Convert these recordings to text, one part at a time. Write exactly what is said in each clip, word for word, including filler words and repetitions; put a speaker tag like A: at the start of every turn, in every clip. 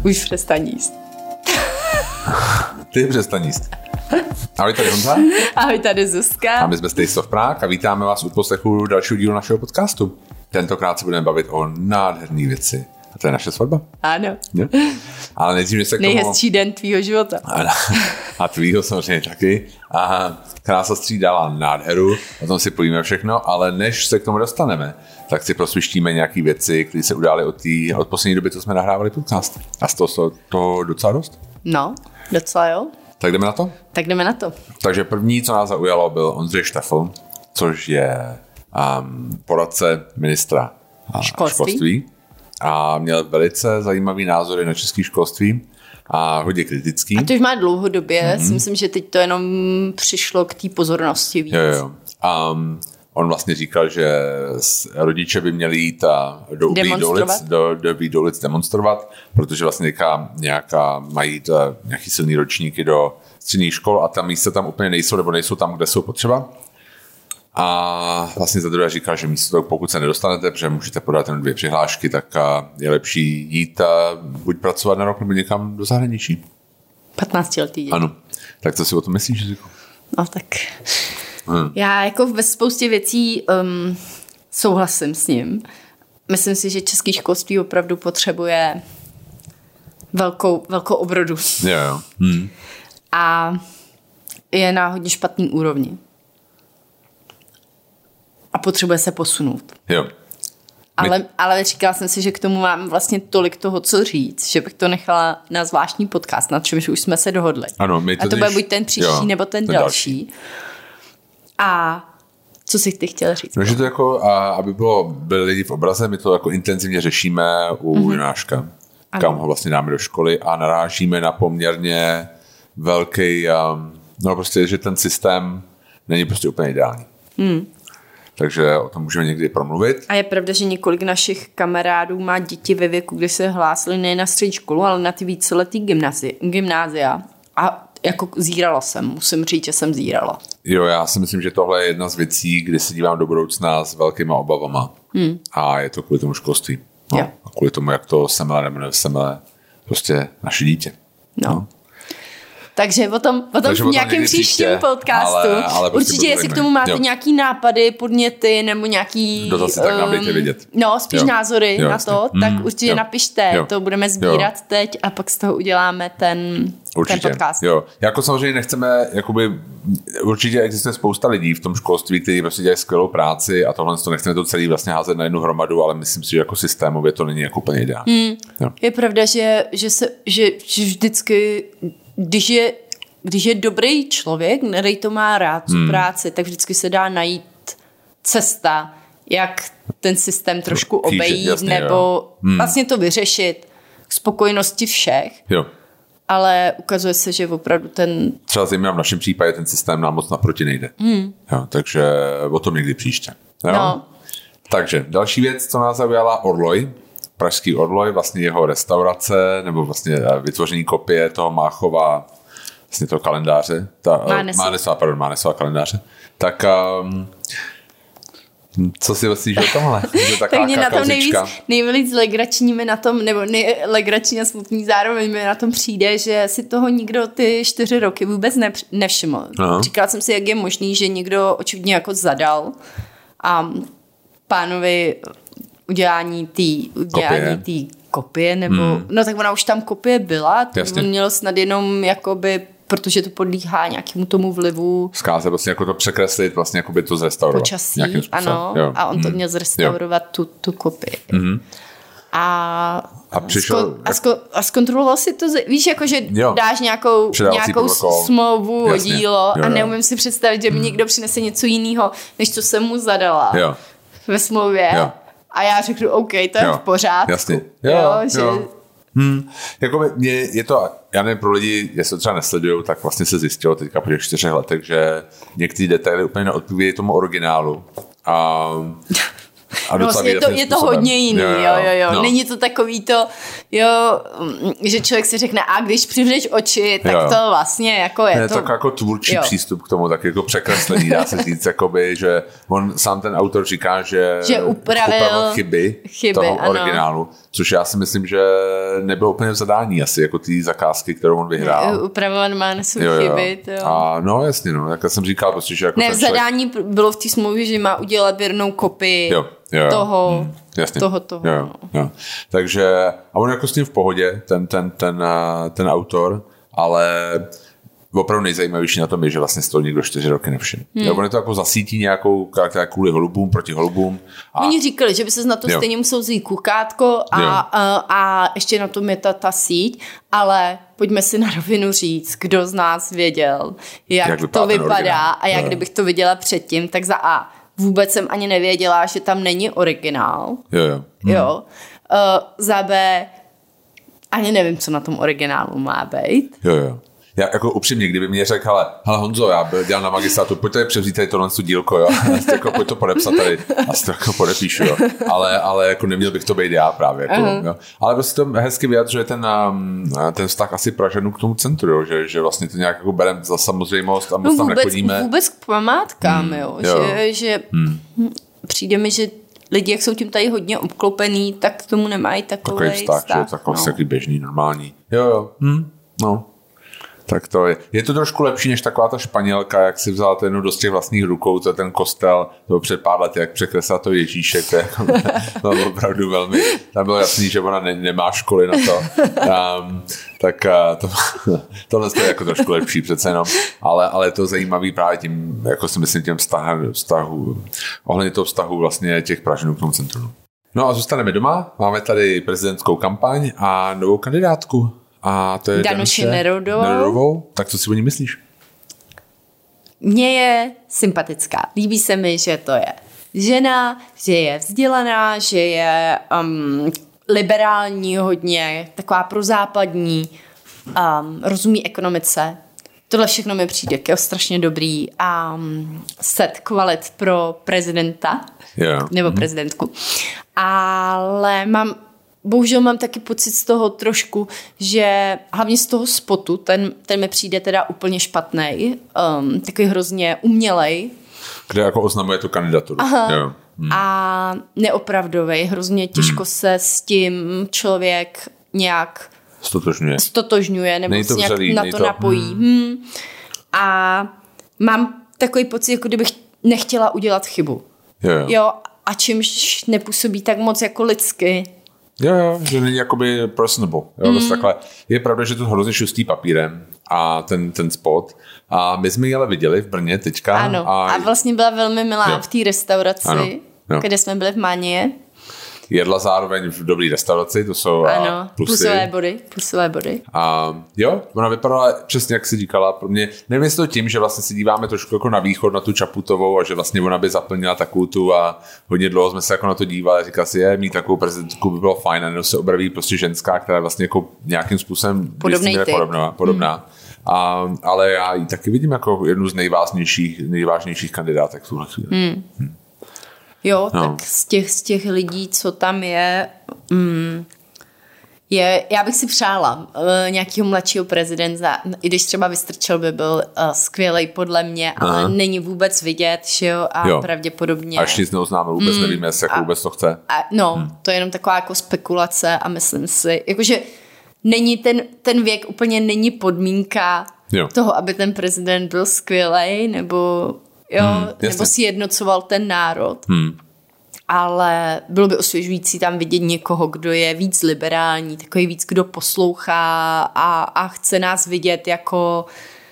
A: Už přestaň jíst.
B: Ty přestaň jíst. Ahoj, tady Honza.
A: Ahoj, tady Zuzka.
B: A my jsme z Taste of Prague a vítáme vás u poslechu dalšího dílu našeho podcastu. Tentokrát se budeme bavit o nádherné věci. A to je naše svatba.
A: Ano.
B: Ne? Ale nejdřív se k tomu...
A: Nejhezčí den tvýho života.
B: A, a tvýho samozřejmě taky. A krása střídala nádheru, o tom si povíme všechno, ale než se k tomu dostaneme, tak si prosvištíme nějaké věci, které se udály od, tý, od poslední doby, co jsme nahrávali podcast. A z toho to docela dost.
A: No, docela jo.
B: Tak jdeme na to?
A: Tak jdeme na to.
B: Takže první, co nás zaujalo, byl Ondřej Štefl, což je um, poradce ministra
A: školství.
B: školství. A měl velice zajímavý názory na české školství a hodně kritický.
A: A to už má dlouhodobě, mm-hmm. si myslím, že teď to jenom přišlo k té pozornosti víc.
B: Jo, jo. Um, on vlastně říkal, že rodiče by měli jít a do, do, ulic, do, do, do ulic demonstrovat, protože vlastně nějaká, nějaká mají ta, nějaký silný ročníky do středních škol a tam místa tam úplně nejsou, nebo nejsou tam, kde jsou potřeba. A vlastně za druhé říkal, že místo toho, pokud se nedostanete, protože můžete podat jen dvě přihlášky, tak je lepší jít a buď pracovat na rok, nebo někam do zahraničí.
A: patnáctiletý děti.
B: Ano. Tak co si o tom myslíš, Žižko?
A: No tak... Hmm. Já jako ve spoustě věcí um, souhlasím s ním. Myslím si, že české školství opravdu potřebuje velkou, velkou obrodu.
B: Jo, jo. Hmm.
A: A je na hodně špatný úrovni. A potřebuje se posunout.
B: Jo.
A: Ale, My... ale říkala jsem si, že k tomu mám vlastně tolik toho, co říct, že bych to nechala na zvláštní podcast, na čemž už jsme se dohodli.
B: Ano, my to
A: A to bude buď ten příští,
B: jo,
A: nebo ten, ten další. další. A co jsi ty chtěl říct?
B: No, že to jako, a, aby bylo, byli lidi v obraze, my to jako intenzivně řešíme u mm-hmm. Jonáška, kam ho vlastně dáme do školy a narážíme na poměrně velký, um, no prostě, že ten systém není prostě úplně ideální. Mm. Takže o tom můžeme někdy promluvit.
A: A je pravda, že několik našich kamarádů má děti ve věku, kdy se hlásili nejen na střední školu, ale na ty víceletý gymnázi, gymnázia. A jako zírala jsem, musím říct, že jsem zírala.
B: Jo, já si myslím, že tohle je jedna z věcí, kdy se dívám do budoucna s velkýma obavama. Hmm. A je to kvůli tomu školství. No. A kvůli tomu, jak to semele nebo nesemele prostě naše dítě.
A: No. no. Takže o tom, o tom v nějakém příštím podcastu. Ale, ale prostě určitě, jestli k tomu máte jo. nějaký nápady, podněty nebo nějaký...
B: Dotazy, tak nám dejte vědět.
A: No, spíš jo. názory
B: jo,
A: na to, mm, tak určitě jo. napište. Jo. To budeme sbírat jo. teď a pak z toho uděláme ten, ten podcast.
B: Jo. Jako samozřejmě nechceme, jakoby, určitě existuje spousta lidí v tom školství, kteří prostě dělají skvělou práci a tohle to nechceme to celý vlastně házet na jednu hromadu, ale myslím si, že jako systémově to není jako úplně ideální.
A: Mm. Je pravda, že, že, se, že, že vždycky Když je, když je dobrý člověk, který to má rád, tu hmm. práci, tak vždycky se dá najít cesta, jak ten systém trošku Kýže, obejít, jasně, nebo hmm. vlastně to vyřešit k spokojenosti všech.
B: Jo.
A: Ale ukazuje se, že opravdu ten...
B: Třeba zejména v našem případě ten systém nám moc naproti nejde. Hmm. Jo, takže o tom někdy příště. Jo? No. Takže další věc, co nás zaujala, Orloj. Pražský Orloj, vlastně jeho restaurace, nebo vlastně vytvoření kopie toho Máchova, vlastně toho kalendáře, ta, Mánesova, pardon, Mánesova kalendáře. Tak um, co si myslíš o tomhle?
A: Tak mě na tom nejvíc, nejvíc legrační mi na tom, nebo nej, legrační a smutný zároveň mi na tom přijde, že si toho nikdo ty čtyři roky vůbec ne, nevšiml. Aha. Říkala jsem si, jak je možný, že někdo očividně jako zadal a pánovi udělání té udělání té kopie, nebo, hmm. no tak ona už tam kopie byla, on měl snad jenom jakoby, protože to podlíhá nějakému tomu vlivu.
B: Zkáze vlastně jako to překreslit, vlastně jako by to zrestaurovat.
A: Počasí, ano, jo. A on to hmm. měl zrestaurovat tu, tu kopii. Hmm. A,
B: a, přišel,
A: sko, a, sko, a zkontroloval si to, víš, jako, že jo. dáš nějakou, nějakou smlouvu o dílo jo, a neumím jo. si představit, že mi hmm. někdo přinese něco jiného, než co jsem mu zadala
B: jo.
A: ve smlouvě. Jo. A já řeknu, OK, to je jo, v pořádku.
B: Jasně. Jo, jo, že... jo. Hmm. Jako mě, je to, já nevím, pro lidi, jestli to třeba nesledujou, tak vlastně se zjistilo teďka po těch čtyřech letech, že některé detaily úplně neodpovídají tomu originálu. A,
A: A no, je to, je to hodně jiný, jo, jo, jo. jo. No. Není to takový to, jo, že člověk si řekne, a když přivřeš oči, tak jo. to vlastně jako je,
B: je
A: to...
B: tak jako tvůrčí jo. přístup k tomu, tak jako překreslený, dá se říct, jakoby, že on sám ten autor říká, že,
A: že upravil,
B: upravil chyby, chyby toho ano. originálu, což já si myslím, že nebylo úplně v zadání asi, jako ty zakázky, kterou on vyhrál.
A: Upravovat má nesou chyby. To jo.
B: A no jasně, no, jak jsem říkal, prostě, že jako
A: ne, v zadání člověk... bylo v té smlouvě, že má udělat věrnou kopii jo, jo, toho, hmm, jasně. toho, toho.
B: Jo, jo. Takže, a on jako s tím v pohodě, ten, ten, ten, ten autor, ale opravdu nejzajímavější na tom je, že vlastně z toho někdo čtyři roky nevšiml. Hmm. Jo, on je to jako zasítí nějakou kvůli holubům, proti holubům.
A: A... Oni říkali, že by se na to jo. stejně musel vzít kukátko a, a, a ještě na tom je ta, ta síť, ale pojďme si na rovinu říct, kdo z nás věděl, jak, jak to vypadá a jak jo. kdybych to viděla předtím, tak za A. Vůbec jsem ani nevěděla, že tam není originál.
B: Jo, jo.
A: Hmm. jo. Uh, za B. Ani nevím, co na tom originálu má být.
B: Jo, jo. Já jako upřímně, kdyby mě řekl, hele, hele Honzo, já byl dělal na magistrátu, pojďte převzít tady tohle dílko, jo, jako, pojď to podepsat tady, asi to jako podepíšu, jo, ale, ale jako neměl bych to být já právě, jako, uh-huh. jo. Ale prostě to hezky vyjadřuje ten, ten vztah asi Pražanů k tomu centru, jo, že, že vlastně to nějak jako berem za samozřejmost a moc no tam
A: vůbec,
B: nechodíme.
A: Vůbec k památkám, hmm, jo, jo, že, že hmm. přijde mi, že lidi, jak jsou tím tady hodně obklopený, tak k tomu nemají takový
B: vztah. vztah že, takový no. běžný, normální. Jo, jo, hm, no. Tak to je. Je to trošku lepší, než taková ta Španělka, jak si vzala to jednou do těch vlastních rukou, to je ten kostel, to před pár lety, jak překresla to Ježíšek, to je jako, no, opravdu velmi, tam bylo jasný, že ona ne, nemá školy na to. Um, tak uh, to, tohle je jako trošku lepší přece jenom, ale, ale je to zajímavý právě tím, jako si myslím, těm vztahem, vztahu, ohledně toho vztahu vlastně těch Pražanů k tomu centru. No a zůstaneme doma, máme tady prezidentskou kampaň a novou kandidátku. A to je
A: Danuše Nerudovou.
B: Nerudovou. Tak co si o ní myslíš?
A: Mně je sympatická. Líbí se mi, že to je žena, že je vzdělaná, že je um, liberální hodně, taková prozápadní, um, rozumí ekonomice. Tohle všechno mi přijde jako strašně dobrý um, set kvalit pro prezidenta
B: yeah.
A: nebo mm. prezidentku. Ale mám Bohužel mám taky pocit z toho trošku, že hlavně z toho spotu, ten, ten mi přijde teda úplně špatnej, um, takový hrozně umělej.
B: Kde jako oznamuje tu kandidaturu. Aha. Jo. Hmm.
A: A neopravdovej, hrozně těžko hmm. se s tím člověk nějak
B: stotožňuje,
A: stotožňuje nebo se nějak vřelý, na to, to napojí. Hmm. Hmm. A mám takový pocit, jako kdybych nechtěla udělat chybu.
B: Jo, jo.
A: jo a čímž nepůsobí tak moc jako lidsky.
B: Jo, jo, že není jakoby personable. Jo, mm. takhle. Je pravda, že to hrozně šustý papírem a ten, ten spot. A my jsme ji ale viděli v Brně teďka.
A: Ano, a, a vlastně byla velmi milá jo. v té restauraci, ano, kde jsme byli v Mánie.
B: Jedla zároveň v dobrý restauraci, to jsou
A: ano,
B: plusy.
A: Plusové body, plusové body.
B: A jo, ona vypadala přesně, jak jsi říkala, pro mě, nevím, jestli to tím, že vlastně si díváme trošku jako na východ, na tu Čaputovou a že vlastně ona by zaplnila takovou tu a hodně dlouho jsme se jako na to dívali, říkala si, je, mít takovou prezidentku by bylo fajn, a nebo se objeví prostě ženská, která je vlastně jako nějakým způsobem podobná, podobná. Hmm. A, ale já ji taky vidím jako jednu z nejvážnějších, nejvážnějších kandidátek v tuhle chvíli. Hmm. Hmm.
A: Jo, no. tak z těch, z těch lidí, co tam je, mm, je, já bych si přála uh, nějakého mladšího prezidenta, i když třeba Vystrčil by byl uh, skvělej podle mě, ale aha. není vůbec vidět, že jo, a jo. pravděpodobně.
B: Až nic neoznámil, vůbec mm, nevíme, jestli jako vůbec to chce.
A: A, no, hmm. to je jenom taková jako spekulace a myslím si, jakože není ten, ten věk úplně není podmínka jo. toho, aby ten prezident byl skvělej, nebo... Jo, hmm, nebo si jednocoval ten národ. Hmm. Ale bylo by osvěžující tam vidět někoho, kdo je víc liberální, takový víc, kdo poslouchá a, a chce nás vidět jako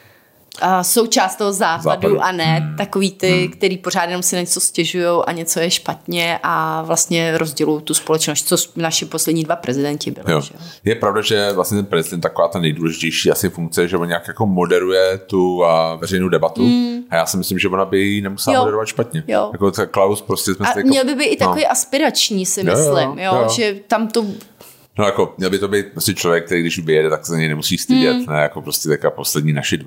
A: a součást toho západu, západu. A ne hmm. takový ty, hmm. který pořád jenom si na něco stěžujou a něco je špatně a vlastně rozdělují tu společnost, co naši poslední dva prezidenti byli. Jo. Že?
B: Je pravda, že vlastně ten prezident taková ta nejdůležitější asi funkce, že on nějak jako moderuje tu a, veřejnou debatu hmm. a já si myslím, že ona by ji nemusela jo. moderovat špatně. Jo. Jako Klaus prostě jsme
A: a
B: jako,
A: měl by být i takový no. aspirační, si myslím, jo, jo, jo. Jo, že tam to...
B: No jako, měl by to být prostě člověk, který když vyjede, tak se za něj nemusí stydět, hmm. ne, jako prostě taková poslední naši dva.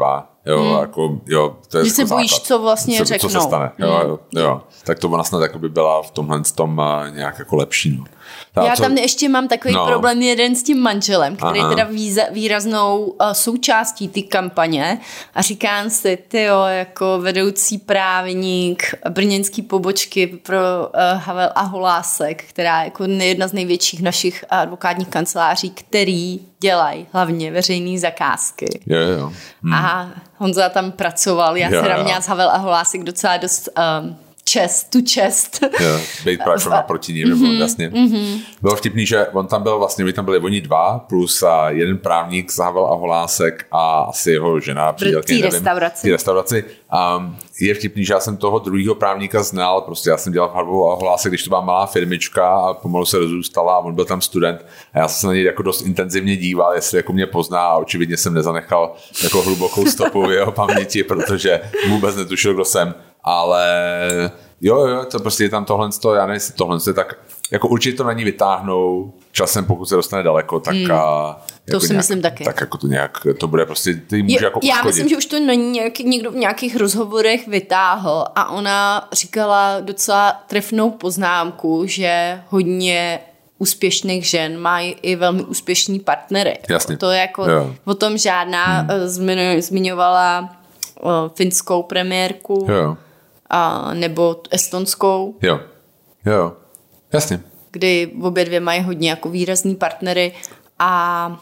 B: jo, hmm. jako, jo, to je
A: když
B: jako
A: se bojíš,
B: základ.
A: co vlastně
B: co,
A: řeknou.
B: Co se stane, jo, jo, jo. Tak to ona snad jako by byla v tomhle tom nějak jako lepší, no. Ta,
A: Já
B: co...
A: tam ještě mám takový no. problém jeden s tím manželem, který
B: Aha.
A: je teda výza, výraznou uh, součástí té kampaně a říkám si, tyjo, jako vedoucí právník brněnský pobočky pro uh, Havel a Holásek, která je jako jedna z největších našich advokátních kanceláří, který dělají hlavně veřejné zakázky.
B: Jo, jo. Hmm.
A: A Honza tam pracoval, já se tam měla s Havel a Holásek docela dost... Um, čest, tu čest.
B: Jo, být právě naproti ním, mm-hmm, jasně. Mm-hmm. Bylo vtipný, že on tam byl vlastně, my tam byli oni dva, plus a jeden právník z Havel a Holásek a asi jeho žena, přítelkyně,
A: nevím. Restauraci.
B: V restauraci. Um, je vtipný, že já jsem toho druhého právníka znal, prostě já jsem dělal v Havel a Holásek, když to byla malá firmička a pomalu se rozrůstala a on byl tam student a já jsem se na něj jako dost intenzivně díval, jestli jako mě pozná a očividně jsem nezanechal jako hlubokou stopu v jeho paměti, protože vůbec netušil, kdo jsem. Ale jo, jo, to prostě je tam tohle, já nevím, jestli tohle je tak, jako určitě to na ní vytáhnou časem, pokud se dostane daleko, tak hmm. a,
A: to jako si
B: nějak,
A: myslím taky.
B: Tak jako to nějak, to bude prostě, ty může
A: je,
B: jako
A: Já
B: uškodit.
A: myslím, že už to není nějak, někdo v nějakých rozhovorech vytáhl a ona říkala docela trefnou poznámku, že hodně úspěšných žen mají i velmi úspěšní partnery.
B: Jasně.
A: To je jako, jo. O tom žádná hmm. zmiňovala uh, finskou premiérku.
B: Jo.
A: A, nebo estonskou.
B: Jo, jo, jasně.
A: Kdy obě dvě mají hodně jako výrazný partnery a...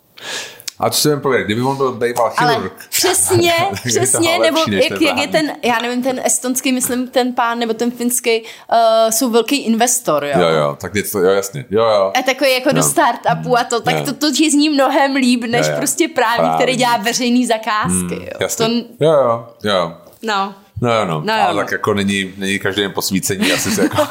B: A co si jen povědět, kdyby on byl býval chirurg.
A: Přesně, přesně, nebo jak, jak je ten, já nevím, ten estonský, myslím, ten pán, nebo ten finský, uh, jsou velký investor, jo.
B: Jo, jo, tak něco, jo, jasně, jo, jo.
A: A takový jako no. do startupu a to, tak to, to ti zní mnohem líp, než jo, jo. prostě právník, který dělá veřejný zakázky,
B: hmm,
A: jo.
B: Jasně,
A: to...
B: jo, jo, jo.
A: No.
B: No jo, no,
A: no
B: ale
A: jo,
B: tak
A: no.
B: jako není, není každý den posvícení, asi se jako...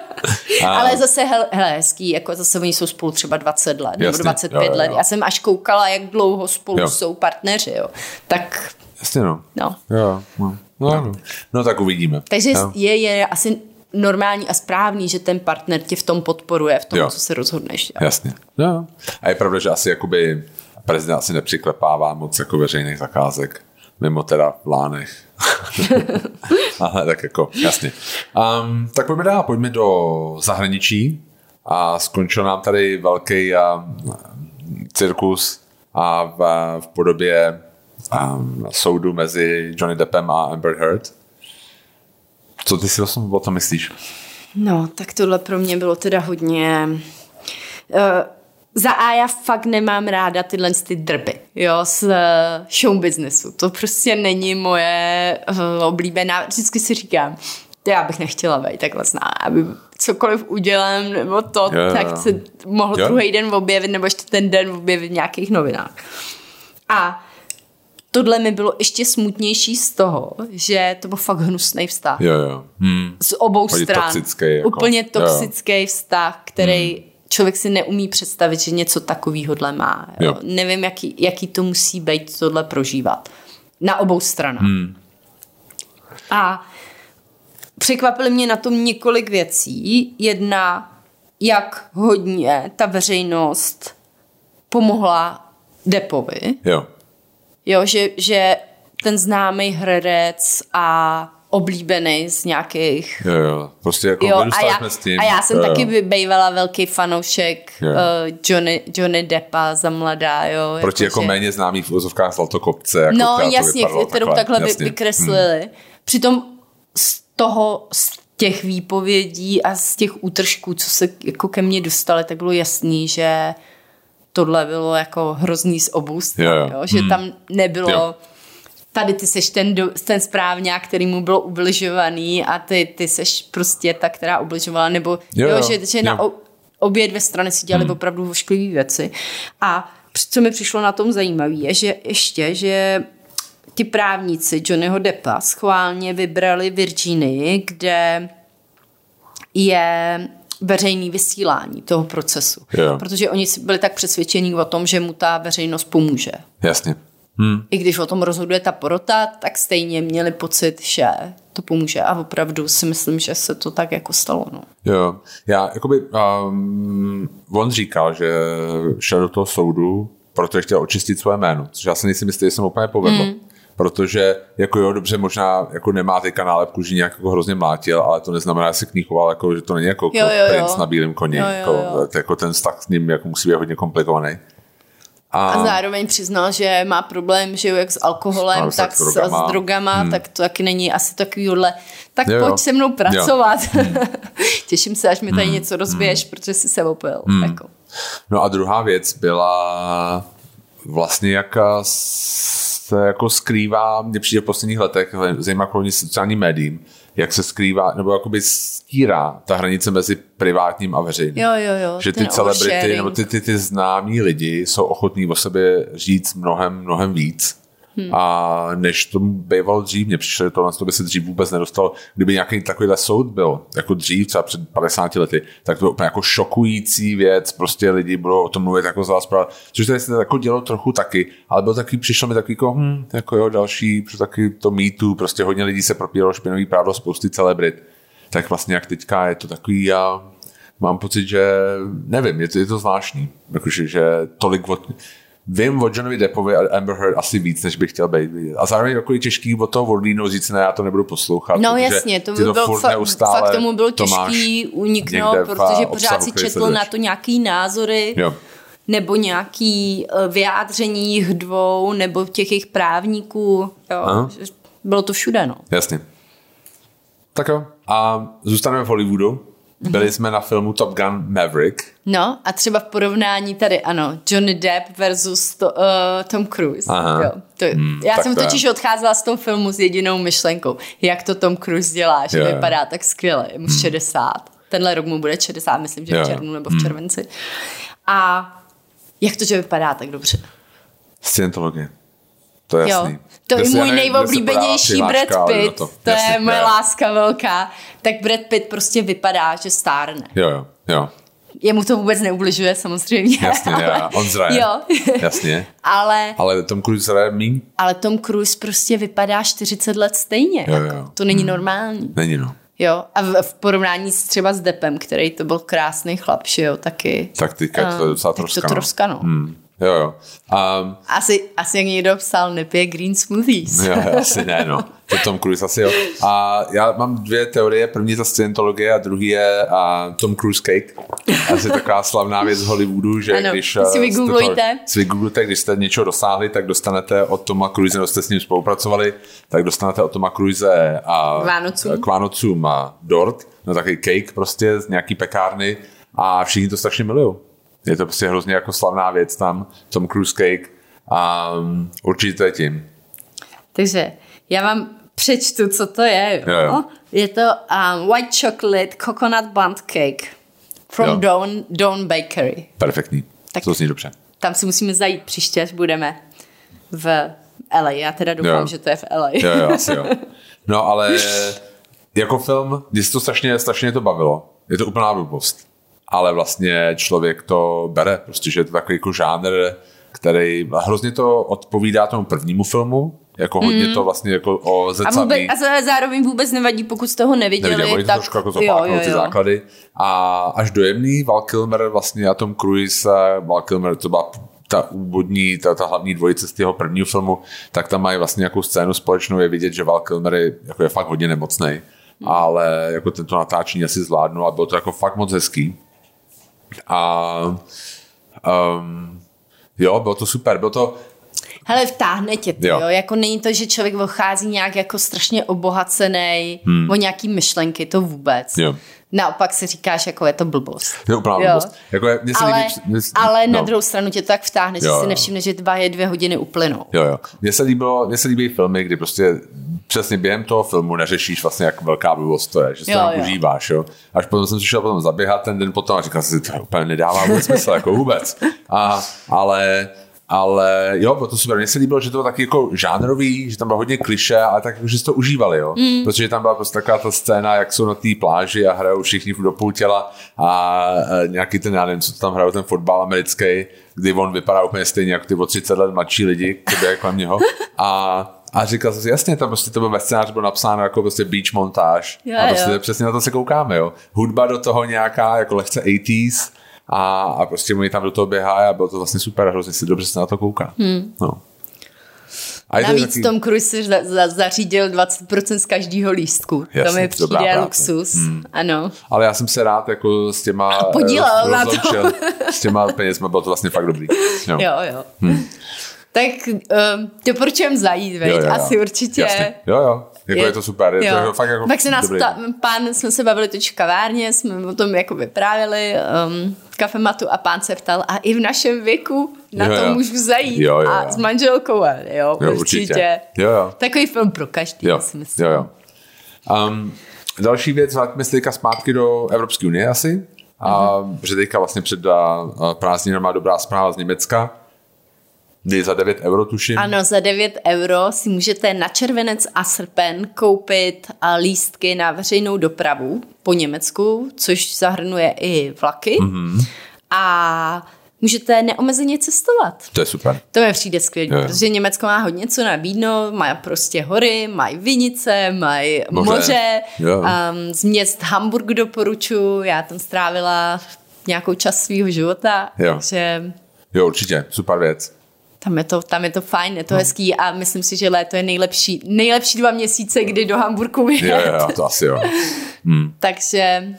A: Ale zase, hele, hele, hezký, jako zase oni jsou spolu třeba dvacet let,
B: jasně,
A: nebo dvacet pět
B: jo, jo,
A: let.
B: jo.
A: Já jsem až koukala, jak dlouho spolu
B: jo.
A: jsou partneři, jo. Tak...
B: Jasně, no.
A: No.
B: Jo, no. No, no. no tak uvidíme.
A: Takže
B: jo.
A: je, je asi normální a správný, že ten partner tě v tom podporuje, v tom, jo. co se rozhodneš. Jo.
B: Jasně. Jo. A je pravda, že asi jakoby prezident asi nepřiklepává moc jako veřejných zakázek. Mimo teda v Lánech. Ale tak jako, jasně. Um, tak pojďme dál, pojďme do zahraničí a skončil nám tady velký uh, cirkus a v, v podobě um, soudu mezi Johnny Deppem a Amber Heard. Co ty si o tom myslíš?
A: No, tak tohle pro mě bylo teda hodně... Uh, Za A já fakt nemám ráda tyhle ty drby, jo, z show businessu. To prostě není moje uh, oblíbená. Vždycky si říkám, já bych nechtěla být takhle zná, aby cokoliv udělám, nebo to, yeah. tak se mohl yeah. druhý den objevit, nebo ještě ten den objevit v nějakých novinách. A tohle mi bylo ještě smutnější z toho, že to byl fakt hnusný vztah.
B: Jo, jo. Hmm.
A: Z obou stran.
B: Toxický, jako.
A: Úplně toxický vztah, který... Hmm. Člověk si neumí představit, že něco takovýhodle má. Jo. Jo. Nevím, jaký, jaký to musí být tohle prožívat. Na obou stranách. Hmm. A překvapily mě na tom několik věcí. Jedna, jak hodně ta veřejnost pomohla Deppovi.
B: Jo.
A: Jo, že, že ten známý herec a oblíbený z nějakých...
B: Jo, jo. Prostě jako
A: jo, a, já,
B: jsme s tím.
A: a já jsem
B: jo,
A: taky
B: jo.
A: bývala velký fanoušek uh, Johnny, Johnny Deppa za mladá, jo.
B: Proti jako, jako že... méně známý v úzovkách Zlatokopce. Jako
A: no jasně, kterou takhle, takhle
B: jasně.
A: vykreslili. Hmm. Přitom z toho, z těch výpovědí a z těch útržků, co se jako ke mně dostali, tak bylo jasný, že tohle bylo jako hrozný z obou stran, jo, jo. Jo, že hmm. tam nebylo... Jo. Tady ty seš ten, ten správňák, který mu bylo ubližovaný a ty, ty seš prostě ta, která ubližovala, nebo jo, jo, že, že jo. na obě dvě strany si dělali hmm. opravdu vošklivé věci. A co mi přišlo na tom zajímavé, je, že ještě, že ti právníci Johnnyho Deppa schválně vybrali Virginii, kde je veřejný vysílání toho procesu. Jo. Protože oni byli tak přesvědčení o tom, že mu ta veřejnost pomůže.
B: Jasně. Hmm.
A: I když o tom rozhoduje ta porota, tak stejně měli pocit, že to pomůže a opravdu si myslím, že se to tak jako stalo. No.
B: Jo, já jakoby um, on říkal, že šel do toho soudu, protože chtěl očistit své jméno, což já si nejsem jistý, že jsem úplně povedl. Hmm. protože jako jo, dobře, možná jako nemá ty nálepku, že nějak jako hrozně mlátil, ale to neznamená, že se k ní choval, jako, že to není jako,
A: jo, jo,
B: princ
A: jo.
B: na bílém koni,
A: jo, jo, jo.
B: Jako, jako ten vztah s ním jako musí být hodně komplikovaný.
A: A, a zároveň přiznal, že má problém, že jo, jak s alkoholem, no, tak s drogama, s drogama hmm. tak to taky není asi takovýhle. Tak jo, pojď jo. se mnou pracovat. Hmm. Těším se, až mi tady hmm. něco rozbiješ, hmm. protože jsi se opil. Hmm. Jako.
B: No a druhá věc byla vlastně, jak se jako skrývá, mně přijde v posledních letech, zejména kvůli sociálním médiím, jak se skrývá, nebo jakoby stírá ta hranice mezi privátním a veřejným.
A: Jo, jo, jo.
B: Že ty celebrity, nebo ty, ty, ty známí lidi jsou ochotní o sobě říct mnohem, mnohem víc. Hmm. A než tomu bývalo dřív, mně přišlo, že tohle by se dřív vůbec nedostalo. Kdyby nějaký takovýhle soud byl, jako dřív, třeba před padesáti lety, tak to bylo úplně jako šokující věc, prostě lidi budou o tom mluvit jako z vás práva. Což tady se jako dělo trochu taky, ale bylo taky, přišlo mi takový jako, hm, jako jo, další, taky to mýtu, prostě hodně lidí se propíralo špinavý právo, spousty celebrit. Tak vlastně jak teďka je to takový, já mám pocit, že nevím, je to, je to zvláštní, jakože, že tolik od... Vím o Johnovi Deppovi a Amber Heard asi víc, než bych chtěl být vidět. A zároveň jako je těžký od toho Orlínu říct, ne, já to nebudu poslouchat.
A: No jasně, to by bylo to fa- fakt tomu bylo těžký uniknout, protože pořád si četl na to nějaký názory, jo. nebo nějaký vyjádření jich dvou, nebo těch jejich právníků. Jo. Bylo to všude, no.
B: Jasně. Tak jo. A zůstaneme v Hollywoodu. Byli jsme na filmu Top Gun Maverick.
A: No a třeba v porovnání tady, ano, Johnny Depp versus to, uh, Tom Cruise. Jo, to, hmm, já jsem totiž je. odcházela z toho filmu s jedinou myšlenkou, jak to Tom Cruise dělá, že yeah. vypadá tak skvěle, je mu hmm. šedesát. Tenhle rok mu bude šedesát, myslím, že v červnu nebo v červenci. Hmm. A jak to, že vypadá tak dobře?
B: Scientologie. To je jasný. Jo.
A: To je můj nejoblíbenější Brad Pitt. To, to jasný, je moje jo. láska velká. Tak Brad Pitt prostě vypadá, že stárne.
B: Jo, jo, jo.
A: Jemu to vůbec neubližuje, samozřejmě.
B: Jasně, ale, on zraje.
A: Jo.
B: Jasně.
A: ale,
B: ale Tom Cruise zraje míň.
A: Ale Tom Cruise prostě vypadá čtyřicet let stejně.
B: Jo, jo.
A: To není hmm. normální.
B: Není, no.
A: Jo, a v, v porovnání s třeba s Deppem, který to byl krásný chlap, že jo, taky.
B: Tak teďka to je docela troska.
A: To troska, no.
B: Hmm. Jo, jo. Um,
A: asi, asi jak někdo psal, nepije green smoothies.
B: Jo, asi ne, no. To Tom Cruise asi jo. A já mám dvě teorie. První je ta Scientologie a druhý je uh, Tom Cruise Cake. Asi taková slavná věc z Hollywoodu, že ano, když
A: si vygooglujte.
B: Si vygooglujte, když jste něčeho dosáhli, tak dostanete od Toma Cruise, nebo jste s ním spolupracovali, tak dostanete od Toma Cruise a
A: Vánocům.
B: k Vánocům a dort, no takový cake prostě z nějaký pekárny a všichni to strašně milujou. Je to prostě hrozně jako slavná věc tam, Tom Cruise Cake a um, určitě to je tím.
A: Takže já vám přečtu, co to je. Jo? Jo. Je to um, White Chocolate Coconut Bundt Cake from Dawn, Dawn Bakery.
B: Perfektní, tak to zní dobře.
A: Tam si musíme zajít příště, až budeme v L A. Já teda doufám, jo. že to je v L A.
B: Jo, jo, asi jo. No ale jako film, mě se to strašně, strašně to bavilo. Je to úplná blbost. Ale vlastně člověk to bere, prostě, že je to takový jako žánr, který hrozně to odpovídá tomu prvnímu filmu, jako hodně mm. to vlastně jako o zrcadlí.
A: A, a zároveň vůbec nevadí, pokud jste ho neviděli.
B: Neviděli, oni to
A: tak...
B: trošku jako zopáknou ty základy. A až dojemný, Val Kilmer vlastně a Tom Cruise, Val Kilmer to byla ta úvodní, ta, ta hlavní dvojice z toho prvního filmu, tak tam mají vlastně nějakou scénu společnou, je vidět, že Val Kilmer je, jako je fakt hodně nemocnej, mm. ale jako tento natáčení asi zvládnul a bylo to jako fakt moc hezký. A um, jo, bylo to super, bylo to...
A: Hele, vtáhne tě to, jo. jo, jako není to, že člověk vychází nějak jako strašně obohacený hmm. o nějaký myšlenky, to vůbec. Jo. Naopak si říkáš, jako je to blbost.
B: Je to úplná blbost. Jako je,
A: ale
B: líbí, mě,
A: ale
B: no.
A: na druhou stranu tě to tak vtáhne, jo, že si nevšimne, že dva je dvě hodiny uplynou.
B: Jo, jo. Mně se, líbilo, mně se líbí filmy, kdy prostě přesně během toho filmu neřešíš vlastně, jak velká blbost to je, že se tam užíváš, jo. Až potom jsem přišel potom zaběhat ten den potom a říkal jsem si, to úplně nedává vůbec smysl, jako vůbec. A, ale... Ale jo, bylo to super. Mně se líbilo, že to bylo taky jako žánrový, že tam bylo hodně klišé, ale tak, že si to užívali, jo. Mm. Protože tam byla prostě taková ta scéna, jak jsou na té pláži a hrajou všichni do půl těla a nějaký ten, já nevím, co tam hrajou, ten fotbal americký, kdy on vypadá úplně stejně jako ty o třicet let mladší lidi, kteří jak kolem něho. A A říkal jsem si, jasně, tam prostě to bylo ve scénáři bylo napsáno jako prostě beach montáž. Jo, a prostě jo. přesně na to se koukáme, jo. Hudba do toho nějaká, jako lehce osmdesátých a, a prostě oni tam do toho běhají a bylo to vlastně super a hrozně si dobře se na to kouká. Hmm. No. A
A: navíc
B: taky...
A: Tom Cruise za, za, zařídil dvacet procent z každého lístku. Jasně, to mi přijde luxus. Hmm. Ano.
B: Ale já jsem se rád jako s těma
A: podílel na to.
B: S těma penězma, bylo to vlastně fakt dobrý.
A: Jo, jo. jo. Hmm. Tak um, doporučujem zajít, veď? Jo, jo, jo. Asi určitě.
B: Jasně. Jo, jo. Jako je, je to super. Je to fakt jako
A: pak se nás ptá, pán, jsme se bavili toč v kavárně, jsme o tom jako vyprávěli um, kafematu a pán se ptal, a i v našem věku na jo, to jo. můžu zajít. Jo, jo, a jo. s manželkou, jo, jo určitě. určitě. Jo, jo. Takový film pro každý, jo. si myslím.
B: Jo, jo. Um, další věc, vrátíme se teďka zpátky do Evropské unie asi. A mm-hmm. že teďka vlastně před prázdninami má dobrá zpráva z Německa. Kdy za devět euro, tuším.
A: Ano, za devět euro si můžete na červenec a srpen koupit lístky na veřejnou dopravu po Německu, což zahrnuje i vlaky. Mm-hmm. A můžete neomezeně cestovat.
B: To je super.
A: To mi přijde skvělé, protože Německo má hodně co nabídnout, má prostě hory, mají vinice, mají moře. moře. Um, z měst Hamburg doporučuji, já tam strávila nějakou čas svýho života.
B: Jo.
A: Takže...
B: jo, určitě, super věc.
A: Tam je to, tam je to fajn, je to no. hezký a myslím si, že léto je nejlepší, nejlepší dva měsíce, kdy do Hamburku vyjet.
B: Jo, jo, to asi jo. Hmm.
A: takže,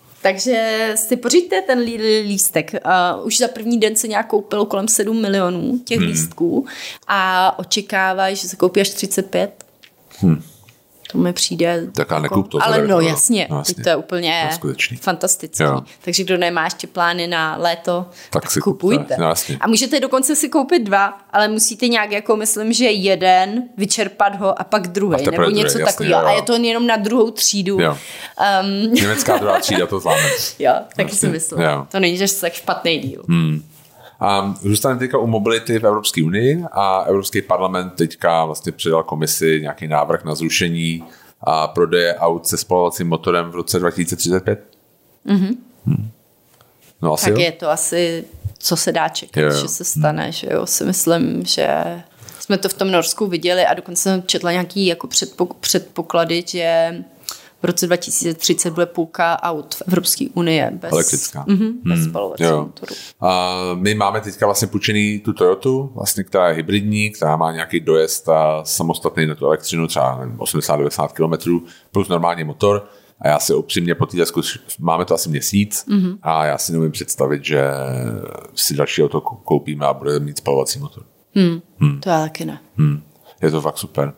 A: takže si pořiďte ten lístek. Uh, už za první den se nějak koupilo kolem sedm milionů těch hmm. lístků a očekávají, že se koupí až třicet pět. Hmm. To mi přijde...
B: Tak a nekup to.
A: Ale no jasně, no, jasně. To je úplně no, fantastické. Jo. Takže kdo nemá ještě plány na léto, tak, tak si kupujte.
B: No,
A: a můžete dokonce si koupit dva, ale musíte nějak, jako myslím, že jeden vyčerpat ho a pak druhý, nebo druhý, něco takového. A je to jenom na druhou třídu.
B: Jo. Um, Německá druhá třída, to zvládne.
A: Jo, taky si myslím. Jo. To není, že je tak špatný díl.
B: Hmm. A zůstaneme teďka u mobility v Evropské unii a Evropský parlament teďka vlastně přidal komisi nějaký návrh na zrušení a prodeje aut se spalovacím motorem v roce dva tisíce třicet pět.
A: Mm-hmm.
B: Hmm. No asi
A: tak
B: jo.
A: je to asi, co se dá čekat, jo, jo. že se stane, hmm. že jo, si myslím, že jsme to v tom Norsku viděli a dokonce jsem četla nějaký jako předpok- předpoklady, že v roce dva tisíce třicet bude půlka aut v Evropské unie bez,
B: elektrická.
A: Mm-hmm, bez hmm. spalovacího motoru.
B: A my máme teďka vlastně půjčený tu Toyotu, vlastně, která je hybridní, která má nějaký dojezd a samostatný na tu elektřinu, třeba osmdesát devadesát kilometrů plus normální motor. A já si upřímně po té zkušenosti, máme to asi měsíc mm-hmm. a já si nemůžu představit, že si další auto koupíme a bude mít spalovací motor.
A: Hmm. Hmm. To já taky ne.
B: Hmm. Je to fakt super.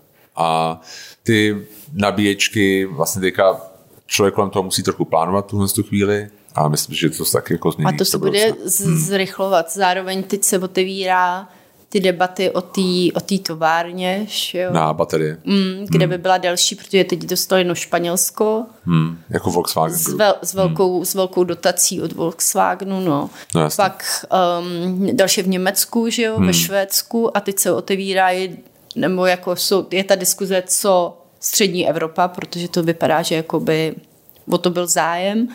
B: A ty nabíječky, vlastně teďka člověk kolem toho musí trochu plánovat tuhle tu chvíli a myslím, že to se taky jako změní.
A: A to se bude z- zrychlovat. Zároveň teď se otevírá ty debaty o té o té továrně. Jo?
B: Na baterie.
A: Mm, kde mm. by byla další, protože teď dostalo jedno Španělsko.
B: Mm. Jako Volkswagen
A: s, vel, s, velkou, mm. s velkou dotací od Volkswagenu. No.
B: No,
A: pak um, další v Německu, že jo? Mm. ve Švédsku a teď se otevírají nebo jako jsou, je ta diskuze, co střední Evropa, protože to vypadá, že jakoby o to byl zájem.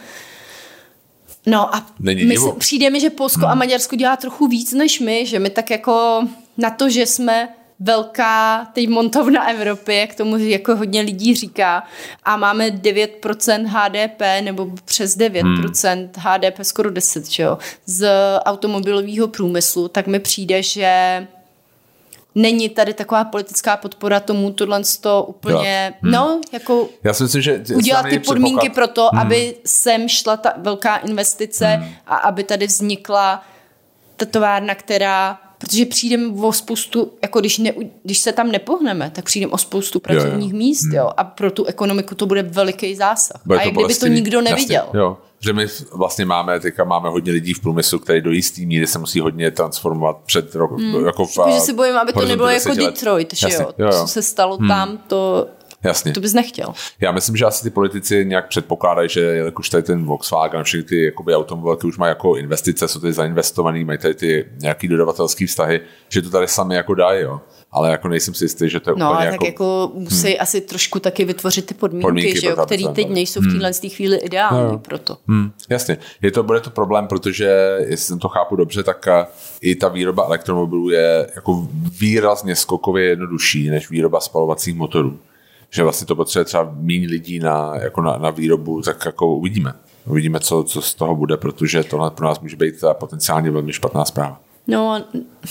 A: No a my se, přijde mi, že Polsko hmm. a Maďarsko dělá trochu víc než my, že my tak jako na to, že jsme velká teď montovna Evropy, jak tomu jako hodně lidí říká, a máme devět procent H D P nebo přes devět procent hmm. H D P, skoro deset, že jo, z automobilového průmyslu, tak mi přijde, že není tady taková politická podpora tomu tohle to úplně, hmm. no, jako
B: já si myslím, že
A: udělat ty podmínky pro to, hmm. aby sem šla ta velká investice hmm. a aby tady vznikla ta továrna, která, protože přijdeme o spoustu, jako když, ne, když se tam nepohneme, tak přijdeme o spoustu pracovních jo, jo. míst, hmm. jo, a pro tu ekonomiku to bude veliký zásah. Bude a jak kdyby to nikdo neviděl.
B: Jasně, jo. Že my vlastně máme, teďka máme hodně lidí v průmyslu, který do jistý míry se musí hodně transformovat před rokem.
A: Hmm.
B: Jako v,
A: že si bojím, aby to nebylo jako Detroit, že jo? jo, jo. Co se stalo hmm. tam, to...
B: Jasně.
A: To bys nechtěl.
B: Já myslím, že asi ty politici nějak předpokládají, že jelikož tady ten Volkswagen a všechny ty jakoby automobilky už mají jako investice, jsou tady zainvestovaný, mají tady ty nějaký dodavatelský vztahy, že to tady sami jako dají, jo. Ale jako nejsem si jistý, že to je
A: no,
B: úplně
A: tak
B: jako...
A: jako musí hmm. asi trošku taky vytvořit ty podmínky, podmínky že jo, které teď nejsou v téhle hmm. chvíli ideální no, pro to.
B: Hmm. Jasně. Je to, bude to problém, protože, jestli jsem to chápu dobře, tak i ta výroba elektromobilů je jako výrazně skokově jednodušší než výroba spalovacích motorů. Že vlastně to potřebuje třeba méně lidí na, jako na, na výrobu, tak jako uvidíme. Uvidíme, co, co z toho bude, protože tohle pro nás může být potenciálně velmi špatná zpráva.
A: No,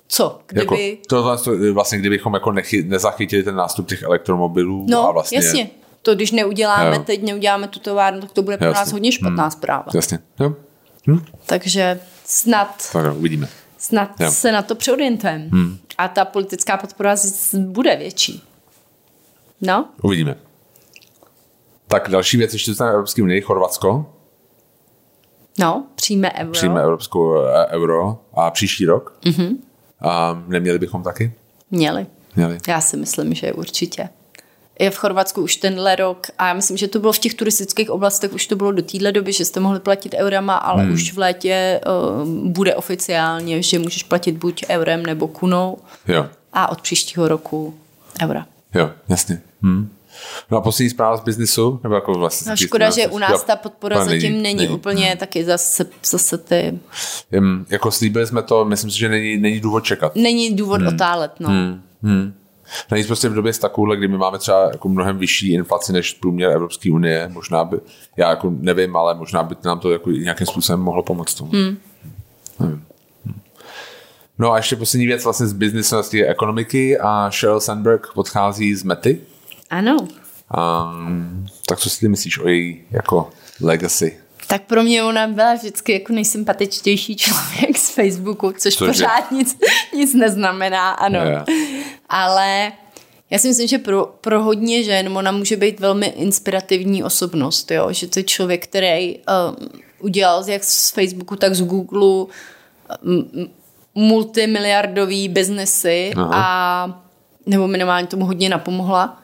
A: co? Kdyby...
B: Jako, to, to, vlastně, kdybychom jako nechy, nezachytili ten nástup těch elektromobilů.
A: No,
B: a vlastně...
A: jasně. To, když neuděláme
B: jo.
A: teď, neuděláme tu továrnu, tak to bude pro
B: jasně.
A: nás hodně špatná hmm. zpráva.
B: Jasně, jo. Hm.
A: Takže snad,
B: tak, uvidíme.
A: snad se na to přeorientujeme. Hmm. A ta politická podpora bude větší. No?
B: Uvidíme. Tak další věc, ještě zůstane Evropské unii, Chorvatsko.
A: No, přijme euro.
B: Přijme evropskou euro a příští rok.
A: Mm-hmm.
B: A neměli bychom taky?
A: Měli.
B: Měli.
A: Já si myslím, že určitě. Je v Chorvatsku už tenhle rok a já myslím, že to bylo v těch turistických oblastech, už to bylo do téhle doby, že jste mohli platit eurama, ale hmm. už v létě uh, bude oficiálně, že můžeš platit buď eurem nebo kunou.
B: Jo.
A: A od příštího roku eura.
B: Jo, jasně. Hmm. No a poslední zpráva z biznisu? Nebo jako vlastně
A: no, škoda, že u nás jo, ta podpora zatím není, není, není úplně hmm. taky zase, zase ty...
B: Jem, jako slíbili jsme to, myslím si, že není, není důvod čekat.
A: Není důvod hmm. otálet, no.
B: Hmm. Hmm. Navíc prostě v době z takovouhle, kdy my máme třeba jako mnohem vyšší inflaci než průměr Evropské unie, možná by, já jako nevím, ale možná by nám to jako nějakým způsobem mohlo pomoct tomu. Hmm. Nevím. No a ještě poslední věc vlastně z biznesu, z té ekonomiky a Sheryl Sandberg odchází z Mety.
A: Ano.
B: Um, tak co si ty myslíš o její jako legacy?
A: Tak pro mě ona byla vždycky jako nejsympatičtější člověk z Facebooku, což Což pořád nic, nic neznamená, ano. Yeah. Ale já si myslím, že pro, pro hodně žen ona může být velmi inspirativní osobnost, jo? Že to je člověk, který um, udělal jak z Facebooku, tak z Google um, multimiliardový biznesy a nebo minimálně tomu hodně napomohla.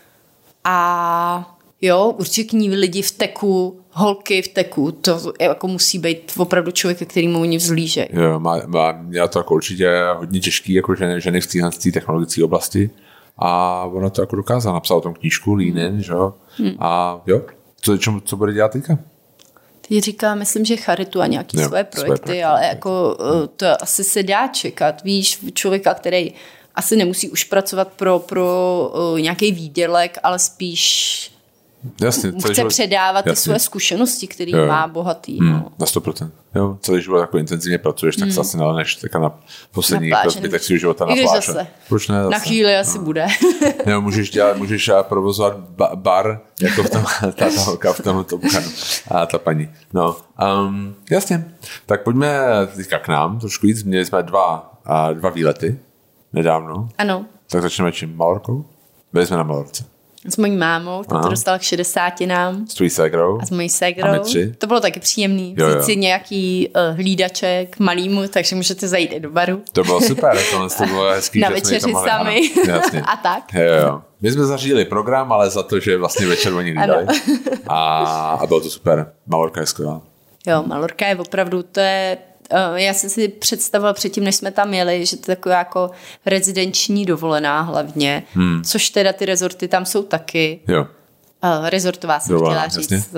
A: A jo, určitě k ní lidi v teku, holky v teku, to jako musí být opravdu člověk, kterýmu oni vzlížejí. Jo,
B: má, má, měla to jako určitě hodně těžký, jako ženy, ženy v téhle technologické oblasti a ona to jako dokázala, napsala o tom knížku Lean In, že jo, hmm. a jo, co, čo, co bude dělat teďka?
A: Ty říká, myslím, že charitu a nějaké
B: jo,
A: svoje projekty, svoje projekty, ale jako to asi se dá čekat, víš, člověka, který asi nemusí už pracovat pro, pro uh, nějaký výdělek, ale spíš
B: jasně,
A: chce život, předávat jasně. ty svoje zkušenosti, které má bohatý.
B: Hmm,
A: no.
B: Na sto procent. Jo, celý život jako intenzivně pracuješ, tak hmm. se asi naleneš taká na poslední zbytek svého života na pláži.
A: Zase.
B: Proč ne zase?
A: Na chvíli asi no. bude.
B: Jo, můžeš dělat, můžeš provozovat ba- bar, jako v tom, ta, ta holka v tomhle topkanu. A ta paní. No, um, jasně. Tak pojďme teďka k nám trošku víc. Měli jsme dva, uh, dva výlety nedávno.
A: Ano.
B: Tak začneme čím? Malorkou? Byli jsme na Malorce.
A: S mojí mámou, to dostala k šedesátinám.
B: S tvojí ségrou.
A: A s mojí ségrou. To bylo taky příjemný. Jo, jo. Vzít si nějaký uh, hlídaček malýmu, takže můžete zajít i do baru.
B: To bylo super, to bylo hezký.
A: Na večeři sami.
B: A
A: tak.
B: Jo, jo. My jsme zařídili program, ale za to, že vlastně večer oni hlídali. A, a bylo to super. Malorka je skvělá.
A: Jo, Malorka je opravdu, to je já jsem si představila předtím, než jsme tam jeli, že to je taková jako rezidenční dovolená hlavně, hmm. což teda ty rezorty tam jsou taky.
B: Jo.
A: Uh, rezortová jsem chtěla říct.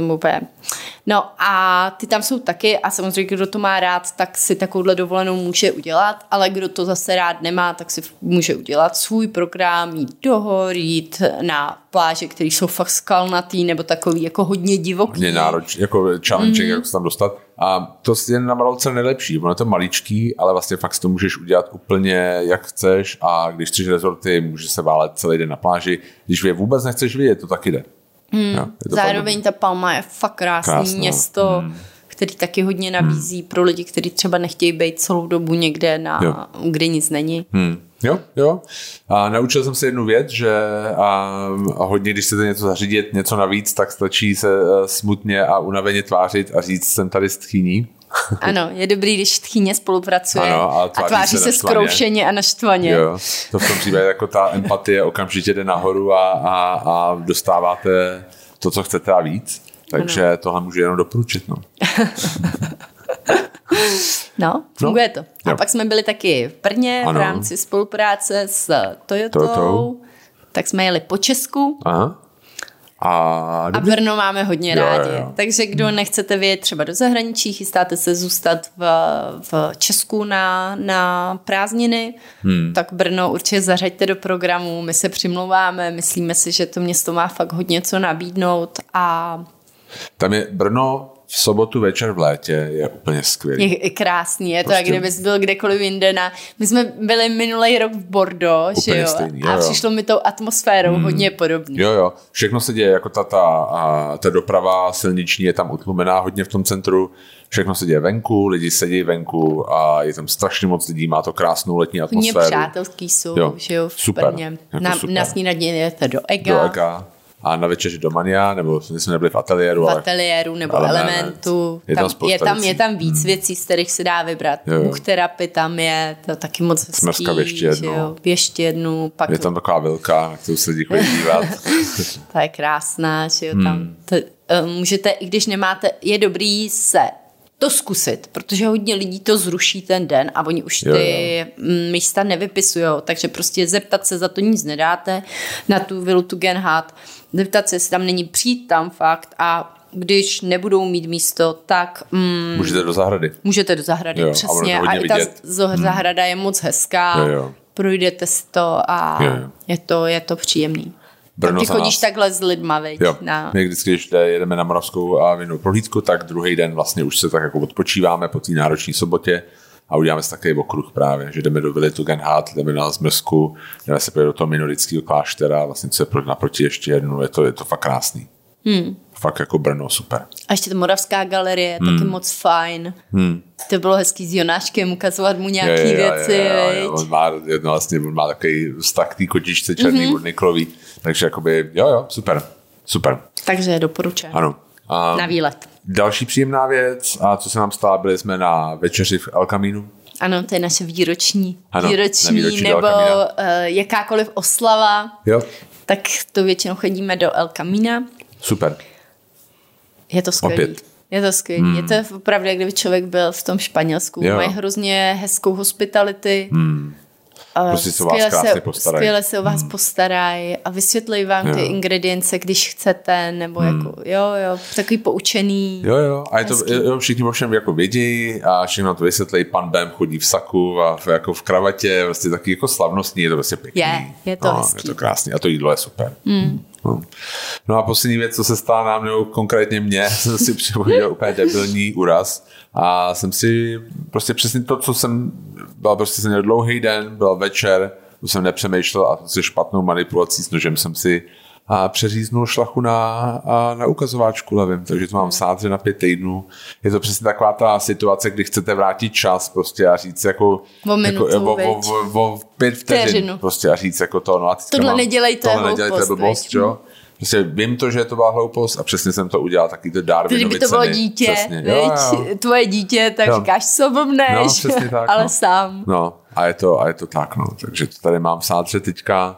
A: No a ty tam jsou taky a samozřejmě, kdo to má rád, tak si takovouhle dovolenou může udělat, ale kdo to zase rád nemá, tak si může udělat svůj program, jít do hor, jít na pláže, které jsou fakt skalnatý nebo takový jako hodně divoký.
B: Hodně náročný, jako challenge, mm. jak se tam dostat. A to je na Malorce nejlepší, ono je to maličký, ale vlastně fakt si to můžeš udělat úplně jak chceš a když chceš rezorty, můžeš se válet celý den na pláži. Když je vůbec nechceš vidět, to taky jde. Hmm. Jo,
A: zároveň ta Palma je fakt krásný Krásná. město, hmm. který taky hodně nabízí hmm. pro lidi, kteří třeba nechtějí být celou dobu někde, na, kde nic není.
B: Hmm. Jo, jo. A naučil jsem se jednu věc, že a, a hodně, když chcete něco zařídit, něco navíc, tak stačí se smutně a unaveně tvářit a říct, jsem tady s tchýní.
A: Ano, je dobrý, když tchýně spolupracuje
B: ano, a tváří,
A: a tváří se, se zkroušeně a naštvaně.
B: Jo, to v tom případě jako ta empatie okamžitě jde nahoru a, a, a dostáváte to, co chcete a víc. Takže ano. tohle můžu jenom doporučit. No,
A: no funguje no, to. A jo. pak jsme byli taky v Brně ano. v rámci spolupráce s Toyotou. Toyotou. Tak jsme jeli po Česku. Aha. A, a Brno máme hodně jo, rádi. Jo. Takže kdo hmm. nechcete vyjet třeba do zahraničí, chystáte se zůstat v, v Česku na, na prázdniny, hmm. tak Brno určitě zařaďte do programu. My se přimlouváme, myslíme si, že to město má fakt hodně co nabídnout a
B: Tam je Brno v sobotu večer v létě je úplně skvělý.
A: Je krásný, je to, prostě... jak kdybys byl kdekoliv jinde. Na... My jsme byli minulý rok v Bordeaux, že jo? Stejný, jo, jo. A přišlo mi tou atmosférou hmm. hodně podobný.
B: Jo, jo. Všechno se děje, jako ta, ta, a, ta doprava silniční je tam utlumená hodně v tom centru. Všechno se děje venku, lidi sedí venku a je tam strašně moc lidí, má to krásnou letní atmosféru.
A: Hodně přátelský jsou, jo, že jo, v
B: super,
A: Brně. Jako na, na snídaně jdete do Ega.
B: Do Ega. A na večeři do Mania, nebo jsme nebyli v ateliéru.
A: V ateliéru nebo ale Elementu. Je tam, tam, je, tam, je tam víc hmm. věcí, z kterých se dá vybrat. Much terapy tam je, to taky moc hezký.
B: Smrska v Ještědnu.
A: V Ještědnu. Pak...
B: Je tam taková vilka, na kterou se lidi chodí dívat.
A: To je krásná, že jo, tam hmm. to, můžete, i když nemáte, je dobrý se to zkusit, protože hodně lidí to zruší ten den a oni už ty jo, jo. místa nevypisujou, takže prostě zeptat se, za to nic nedáte na tu vilu Tugendhat, zeptat se, jestli tam není, přijít tam fakt a když nebudou mít místo, tak... Mm,
B: můžete do zahrady.
A: Můžete do zahrady, jo, přesně. A, a i ta zahrada hmm. je moc hezká, jo, jo. projdete si to a jo, jo. Je, to, je to příjemný. Brno tak ty chodíš nás. Takhle s lidma, veď?
B: Jo.
A: Na...
B: My vždycky, když jedeme na Moravskou a vinnou prohlídku, tak druhý den vlastně už se tak jako odpočíváme po té náročné sobotě a uděláme si takový okruh právě, že jdeme do vily Tugendhat, jdeme na Zmrzku, jdeme se podívat do toho minorického kláštera, vlastně co je naproti ještě jednu, je to, je to fakt krásný. Hmm. Fakt jako Brno, super.
A: A ještě ta Moravská galerie, hmm. taky moc fajn. Hmm. To bylo hezký s Jonáškem, ukazovat mu nějaký je, je, věci. Je, je, je. On má,
B: no, vlastně, on má takový vztah k té kotičce černý mm-hmm. od Niklový, takže jakoby, jo, jo, super, super.
A: Takže doporučuji.
B: Ano.
A: Um, na výlet.
B: Další příjemná věc, a co se nám stalo, byli jsme na večeři v El Caminu.
A: Ano, to je naše výroční, ano, výroční, výroční nebo uh, jakákoliv oslava, jo. Tak to většinou chodíme do El Camina.
B: Super.
A: Je to skvělý. Opět. Je to skvělý. Hmm. Je to opravdu, jak kdyby člověk byl v tom Španělsku. Jo. Mají hrozně hezkou hospitality. Hmm.
B: Prostě se o vás krásně postarají.
A: Skvěle se o vás hmm. postarají a vysvětlují vám jo. ty ingredience, když chcete, nebo hmm. jako, jo, jo, takový poučený.
B: Jo, jo, a je to, jo, všichni ovšem jako vědějí a všichni nám to vysvětlují, pan Bem chodí v saku a v, jako v kravatě, vlastně taky jako slavnostní, je to vlastně pěkný.
A: Je, je to
B: no,
A: hezký.
B: Je to krásný a to jídlo je super. Hmm. No. no a poslední věc, co se stala nám, nebo konkrétně mně, jsem si přivodil úplně debilní úraz a jsem si prostě přesně to, co jsem, byl prostě jsem měl dlouhý den, byl večer, už jsem nepřemýšlel a se špatnou manipulací s nožem jsem si a přeříznul šlachu na, a na ukazováčku levým, takže to mám v sádře na pět týdnů. Je to přesně taková ta situace, kdy chcete vrátit čas prostě a říct jako
A: o minutu,
B: jako, o, o, o, o pět vteřin prostě a říct jako to. No a
A: tohle mám, nedělejte
B: tohle nedělejte blbost, jo? Prostě vím to, že to byla hloupost a přesně jsem to udělal, taky to Darwinovy
A: ceny. Kdyby to bylo dítě,
B: přesně, jo, jo.
A: tvoje dítě, tak jo. říkáš, co blbneš, no, tak, ale
B: no.
A: sám.
B: No a je to, a je to tak, no. Takže to tady mám v sádře teďka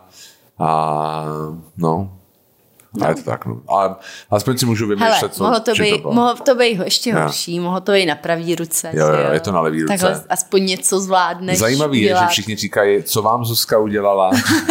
B: a no, No. A je to tak, no. Ale aspoň si můžu vymýšlet, Hele, co,
A: mohlo to být, to bylo. Mohlo to být ještě horší, mohlo to být na pravý ruce.
B: Jo, jo, je to na levý ruce.
A: Takhle aspoň něco zvládneš.
B: Zajímavý
A: dělat.
B: je, že všichni říkají, co vám Zuzka udělala.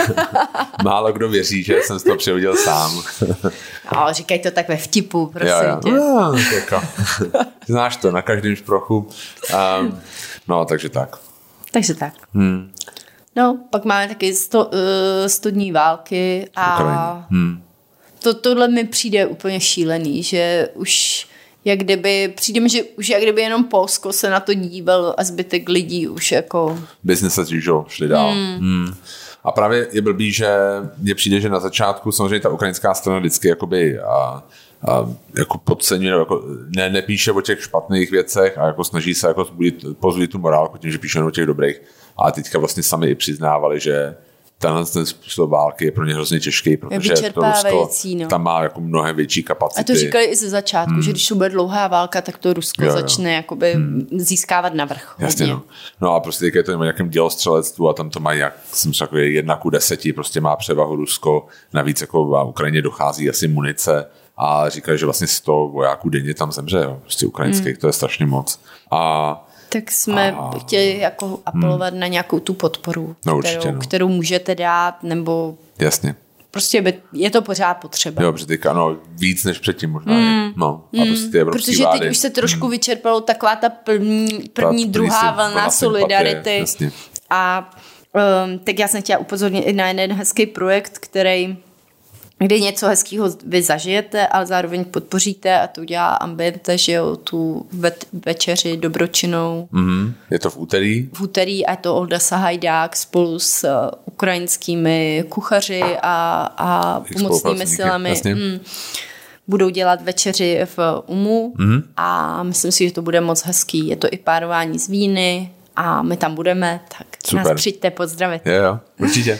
B: Málo kdo věří, že jsem z toho přihodil sám.
A: No, říkají to tak ve vtipu, prosím
B: jo, jo.
A: tě.
B: No, jako. Znáš to, na každém šprochu. Um, no, takže tak.
A: Takže tak.
B: Hmm.
A: No, pak máme taky sto, uh, sto dní války a hmm. to, tohle mi přijde úplně šílený, že už jak kdyby, přijde mi, že už jak kdyby jenom Polsko se na to díval a zbytek lidí už jako...
B: Business as usual, šli dál. Hmm. Hmm. A právě je blbý, že mně přijde, že na začátku samozřejmě ta ukrajinská strana vždycky jakoby a, a jako podceňuje, jako ne, nepíše o těch špatných věcech a jako snaží se jako pozbudit tu morálku tím, že píše o těch dobrých. A teďka vlastně sami i přiznávali, že tenhle ten způsob války je pro ně hrozně těžký, protože to Rusko no. tam má jako mnohem větší kapacity.
A: A to říkali i ze začátku, hmm. že když to bude dlouhá válka, tak to Rusko jo, jo. začne jakoby hmm. získávat navrch.
B: Jasně, no. no a prostě teďka je to jenom nějakém dělostřelectvu a tam to mají, jak jsem řekl, jedna ku deseti, prostě má převahu Rusko, navíc jako v Ukrajině dochází asi munice a říkají, že vlastně sto vojáků denně tam zemře, jo. Prostě ukrajinských, hmm. to je strašně moc. A
A: tak jsme a... chtěli jako apelovat hmm. na nějakou tu podporu,
B: no,
A: kterou,
B: určitě, no.
A: kterou můžete dát, nebo...
B: Jasně.
A: Prostě by, je to pořád potřeba.
B: Jo, protože teďka, no, víc než předtím možná. Mm. No, a prostě ty evropský
A: Protože
B: vlády.
A: teď už se trošku mm. vyčerpalo taková ta první, první ta druhá vlna solidarity.
B: Jasně.
A: A um, tak já jsem chtěla upozornit i na jeden hezký projekt, který kdy něco hezkého vy zažijete, ale zároveň podpoříte a to udělá Ambiente, že jo, tu ve- večeři dobročinnou.
B: Mm-hmm. Je to v úterý?
A: V úterý a je to Olda Sahajdák spolu s uh, ukrajinskými kuchaři a, a pomocnými silami. Mm, budou dělat večeři v Umu mm-hmm. a myslím si, že to bude moc hezký. Je to i párování z víny a my tam budeme, tak Super. Nás přijďte pozdravit.
B: Jo, jo, určitě.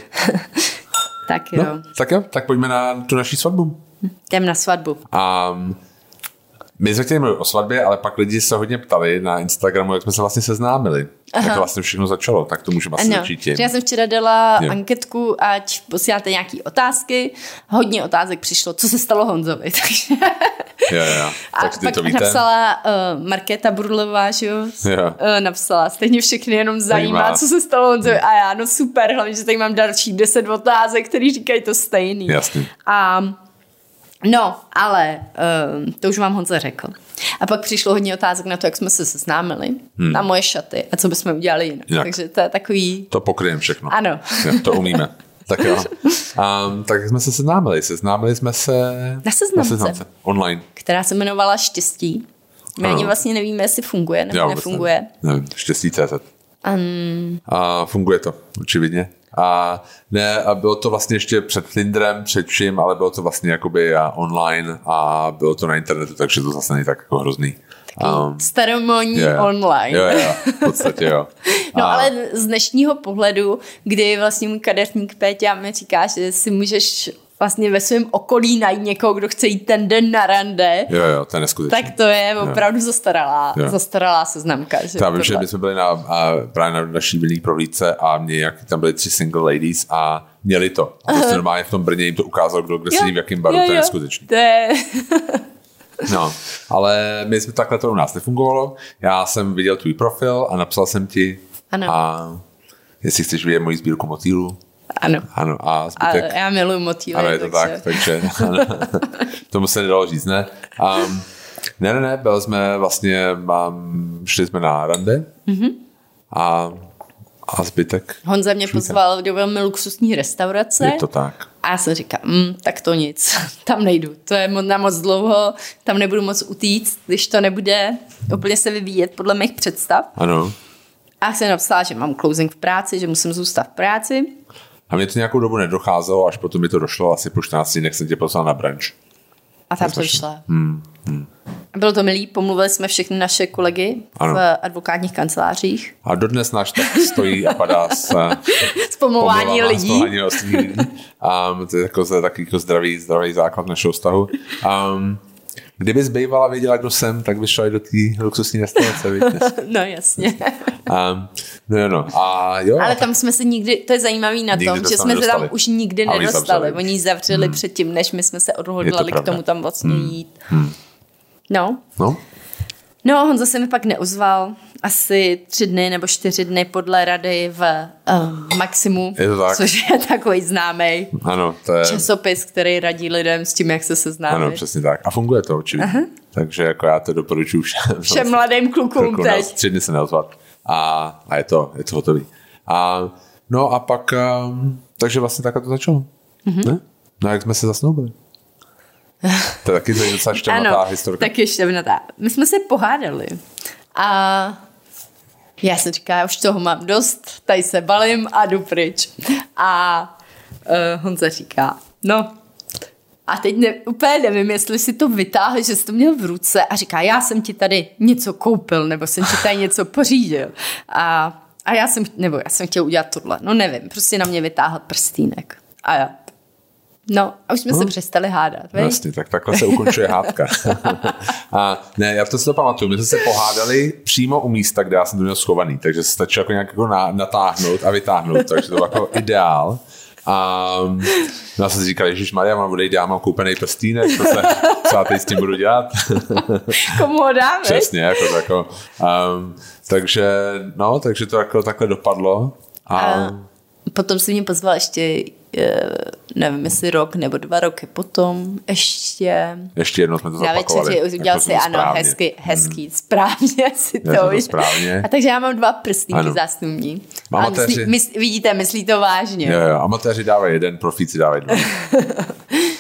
A: Tak jo.
B: No, tak jo, tak pojďme na tu naši svatbu.
A: Jdem na svatbu.
B: A my jsme chtěli mluvit o svatbě, ale pak lidi se hodně ptali na Instagramu, jak jsme se vlastně seznámili. Aha. Jak to vlastně všechno začalo, tak to můžeme asi začít tím.
A: Já jsem včera dala jo. anketku, ať posíláte nějaké otázky. Hodně otázek přišlo, co se stalo Honzovi. Takže...
B: Jo, jo. Tak
A: a pak
B: to víte.
A: napsala uh, Markéta Burlová, že jo? jo. Uh, napsala, stejně všechny jenom zajímá, zajímá, co se stalo Honzovi. A já, no super, hlavně, že tady mám další deset otázek, které říkají to stejný.
B: Jasně.
A: A no, ale uh, to už vám Honza řekl. A pak přišlo hodně otázek na to, jak jsme se seznámili, hmm. na moje šaty a co bychom udělali jinak. jinak. Takže to je takový...
B: To pokryjeme všechno.
A: Ano.
B: Jo, to umíme. Tak jo. Um, tak jsme se seznámili. Seznámili jsme se...
A: Na seznamce. Na seznamce.
B: Online.
A: Která se jmenovala Štěstí. My ani vlastně nevíme, jestli funguje nebo Já nefunguje.
B: Nevím, Štěstí tečka cé zet.
A: Um...
B: A funguje to, očividně. A ne, a bylo to vlastně ještě před Tinderem, před čím, ale bylo to vlastně jakoby online a bylo to na internetu, takže to zase není tak jako hrozný.
A: Um, staromónní yeah. online.
B: Jo, jo, v podstatě jo.
A: No a... ale z dnešního pohledu, kdy vlastně můj kadeřník Péťa mi říká, že si můžeš vlastně ve svém okolí najít někoho, kdo chce jít ten den na rande.
B: Jo, jo, to je neskutečné.
A: Tak to je opravdu jo. zastaralá, jo. zastaralá seznamka. Že
B: já vím, že my jsme byli na, a, právě na naší milý prohlídce a mě, jak tam byly tři single ladies a měli to. A prostě normálně v tom Brně jim to ukázalo, kdo kde sedí v jakém baru, jo, to je neskutečné.
A: To je...
B: No, ale my jsme takhle to u nás nefungovalo. Já jsem viděl tvůj profil a napsal jsem ti
A: ano.
B: a jestli chceš vidět moji sbírku motýlů.
A: Ano.
B: Ano, a zbytek.
A: A já miluji motýly.
B: Ano, je to takže... tak, takže tomu se nedalo říct, ne? Um, ne, ne, ne, byli jsme vlastně, um, šli jsme na rande
A: mm-hmm.
B: a, a zbytek.
A: Honza mě šlíka. Pozval do velmi luxusní restaurace.
B: Je to tak.
A: A já jsem říkal, mm, tak to nic, tam nejdu, to je na moc dlouho, tam nebudu moc utíct, když to nebude úplně se vyvíjet podle mých představ.
B: Ano.
A: A jsem napsala, že mám closing v práci, že musím zůstat v práci.
B: A mě to nějakou dobu nedocházelo, až potom mi to došlo, asi po čtrnácti dnech jsem tě poslal na brunch.
A: A tam to šla.
B: Hmm, hmm.
A: Bylo to milý, pomluvili jsme všechny naše kolegy ano. v advokátních kancelářích.
B: A dodnes náš tak stojí a padá s,
A: s pomlouvání lidí.
B: lidí. Um, to je jako, takový jako zdravý, zdravý základ našeho vztahu. Um, kdyby zbývala věděla, kdo jsem, tak by šla i do té luxusní restaurace.
A: No jasně.
B: Um, no, no. A jo.
A: Ale tam jsme se nikdy, to je zajímavý na tom, že jsme se tam už nikdy a nedostali. Oni ji zavřeli hmm. předtím, než my jsme se odhodlali to k tomu tam vlastně hmm. jít. Hmm. No.
B: No.
A: No, Honza se mi pak neozval. Asi tři dny nebo čtyři dny podle rady v uh, Maximu,
B: je to tak.
A: Což je takový známý
B: ano, to je...
A: časopis, který radí lidem s tím, jak se seznámit.
B: Ano, přesně tak. A funguje to určitě. Uh-huh. Takže jako já to doporučuji všem.
A: Všem mladým klukům
B: Kluku,
A: teď.
B: Tři dny se neozvat. A, a je to, je to hotový. A, no a pak, um, takže vlastně takhle to začalo. Uh-huh. Ne? No jak jsme se zasnoubili. To je taky docela šťavnatá historka.
A: Taky šťavnatá. My jsme se pohádali. A já jsem říkala, já už toho mám dost, tady se balím a jdu pryč. A uh, Honza říká, no a teď ne, úplně nevím, jestli si to vytáhl, že jsi to měl v ruce a říká, já jsem ti tady něco koupil, nebo jsem ti tady něco pořídil. A, a já jsem, nebo já jsem chtěl udělat tohle, no nevím, prostě na mě vytáhl prstýnek. A já, no a už jsme no. se přestali hádat.
B: Vlastně, tak takhle se ukončuje hádka. A ne, já to si to pamatuju, my jsme se pohádali přímo u místa, kde já jsem to měl schovaný, takže se stačilo jako nějak jako natáhnout a vytáhnout, takže to bylo jako ideál. A já jsem si říkal, ježišmarja, mám odejde, já mám koupený prstýnek, to se, co já teď s tím budu dělat.
A: Komu ho dáme?
B: Přesně, jako to jako, um, takže, no, takže to jako takhle dopadlo. A, a
A: potom si mě pozval ještě, nevím, jestli rok nebo dva roky potom, ještě...
B: Ještě jednou jsme to zapakovali.
A: Na večeři udělal si, ano, správně. hezky, hezky, hmm. správně si to.
B: to správně.
A: A takže já mám dva prstýnky zásnubní.
B: Amatéři...
A: Myslí, vidíte, myslí to vážně.
B: Jo, jo, amatéři dávají jeden, profíci dávají dva.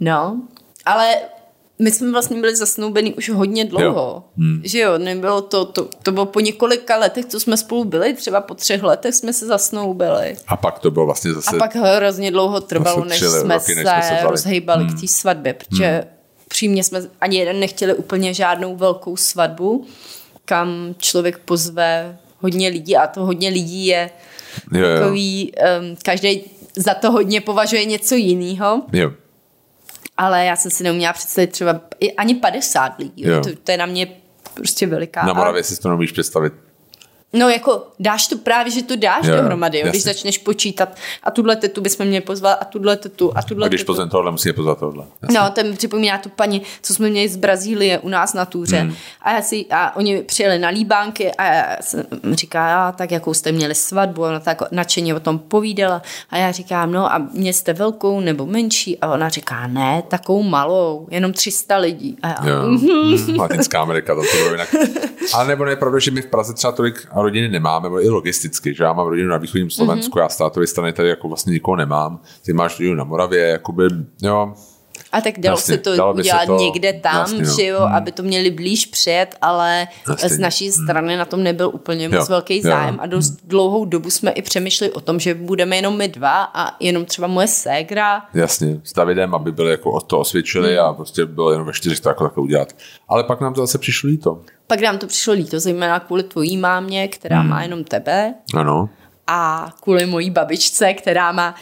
A: No, ale my jsme vlastně byli zasnoubení už hodně dlouho, jo. Hmm. že jo, nebylo to, to, to bylo po několika letech, co jsme spolu byli, třeba po třech letech jsme se zasnoubili.
B: A pak to bylo vlastně zase...
A: A pak hrozně dlouho trvalo, než jsme, roky, než jsme se, se rozhejbali hmm. k té svatbě, protože hmm. přímě jsme ani jeden nechtěli úplně žádnou velkou svatbu, kam člověk pozve hodně lidí a to hodně lidí je jo, jo. takový, um, každý za to hodně považuje něco jiného.
B: Jo.
A: Ale já jsem si neuměla představit třeba ani padesát lidí. To, to je na mě prostě veliká.
B: Na Moravě si to nemůžeš představit.
A: No jako dáš to právě, že to dáš jo, dohromady, jo, když začneš počítat a tuhle tetu bychom měli pozvat a tuhle tetu a tuhle
B: A když
A: tetu.
B: pozvem tohle, musí je pozvat tohle.
A: Jasně. No, to mi připomíná tu paní, co jsme měli z Brazílie u nás na túře. Hmm. A, já si, a oni přijeli na Líbánky a já jsem říká, tak jakou jste měli svatbu, ona tak nadšeně o tom povídala a já říkám, no a měli jste velkou nebo menší a ona říká, ne, takovou malou, jenom tři sta lidí. A já,
B: jo, mm, Latinská Amerika, to bylo jinak. Ale nebo ne, pravda, že my v Praze třeba tolik rodiny nemáme, nebo i logisticky, že já mám rodinu na východním Slovensku, mm-hmm. já z tátovy strany tady jako vlastně nikoho nemám, ty máš rodinu na Moravě, jakoby, jo.
A: A tak dalo vlastně, se to udělat to, někde tam, vlastně, že jo, hmm. aby to měli blíž přijet, ale vlastně. z naší strany hmm. na tom nebyl úplně moc jo. velký zájem jo. a dost dlouhou dobu jsme i přemýšleli o tom, že budeme jenom my dva a jenom třeba moje ségra.
B: Jasně, s Davidem, aby byli jako to osvědčili hmm. a prostě bylo jenom ve čtyři to jako takhle udělat. Ale pak nám to zase přišlo líto.
A: Pak nám to přišlo líto, zejména kvůli tvojí mámě, která hmm. má jenom tebe.
B: Ano.
A: A kvůli mojí babičce, která má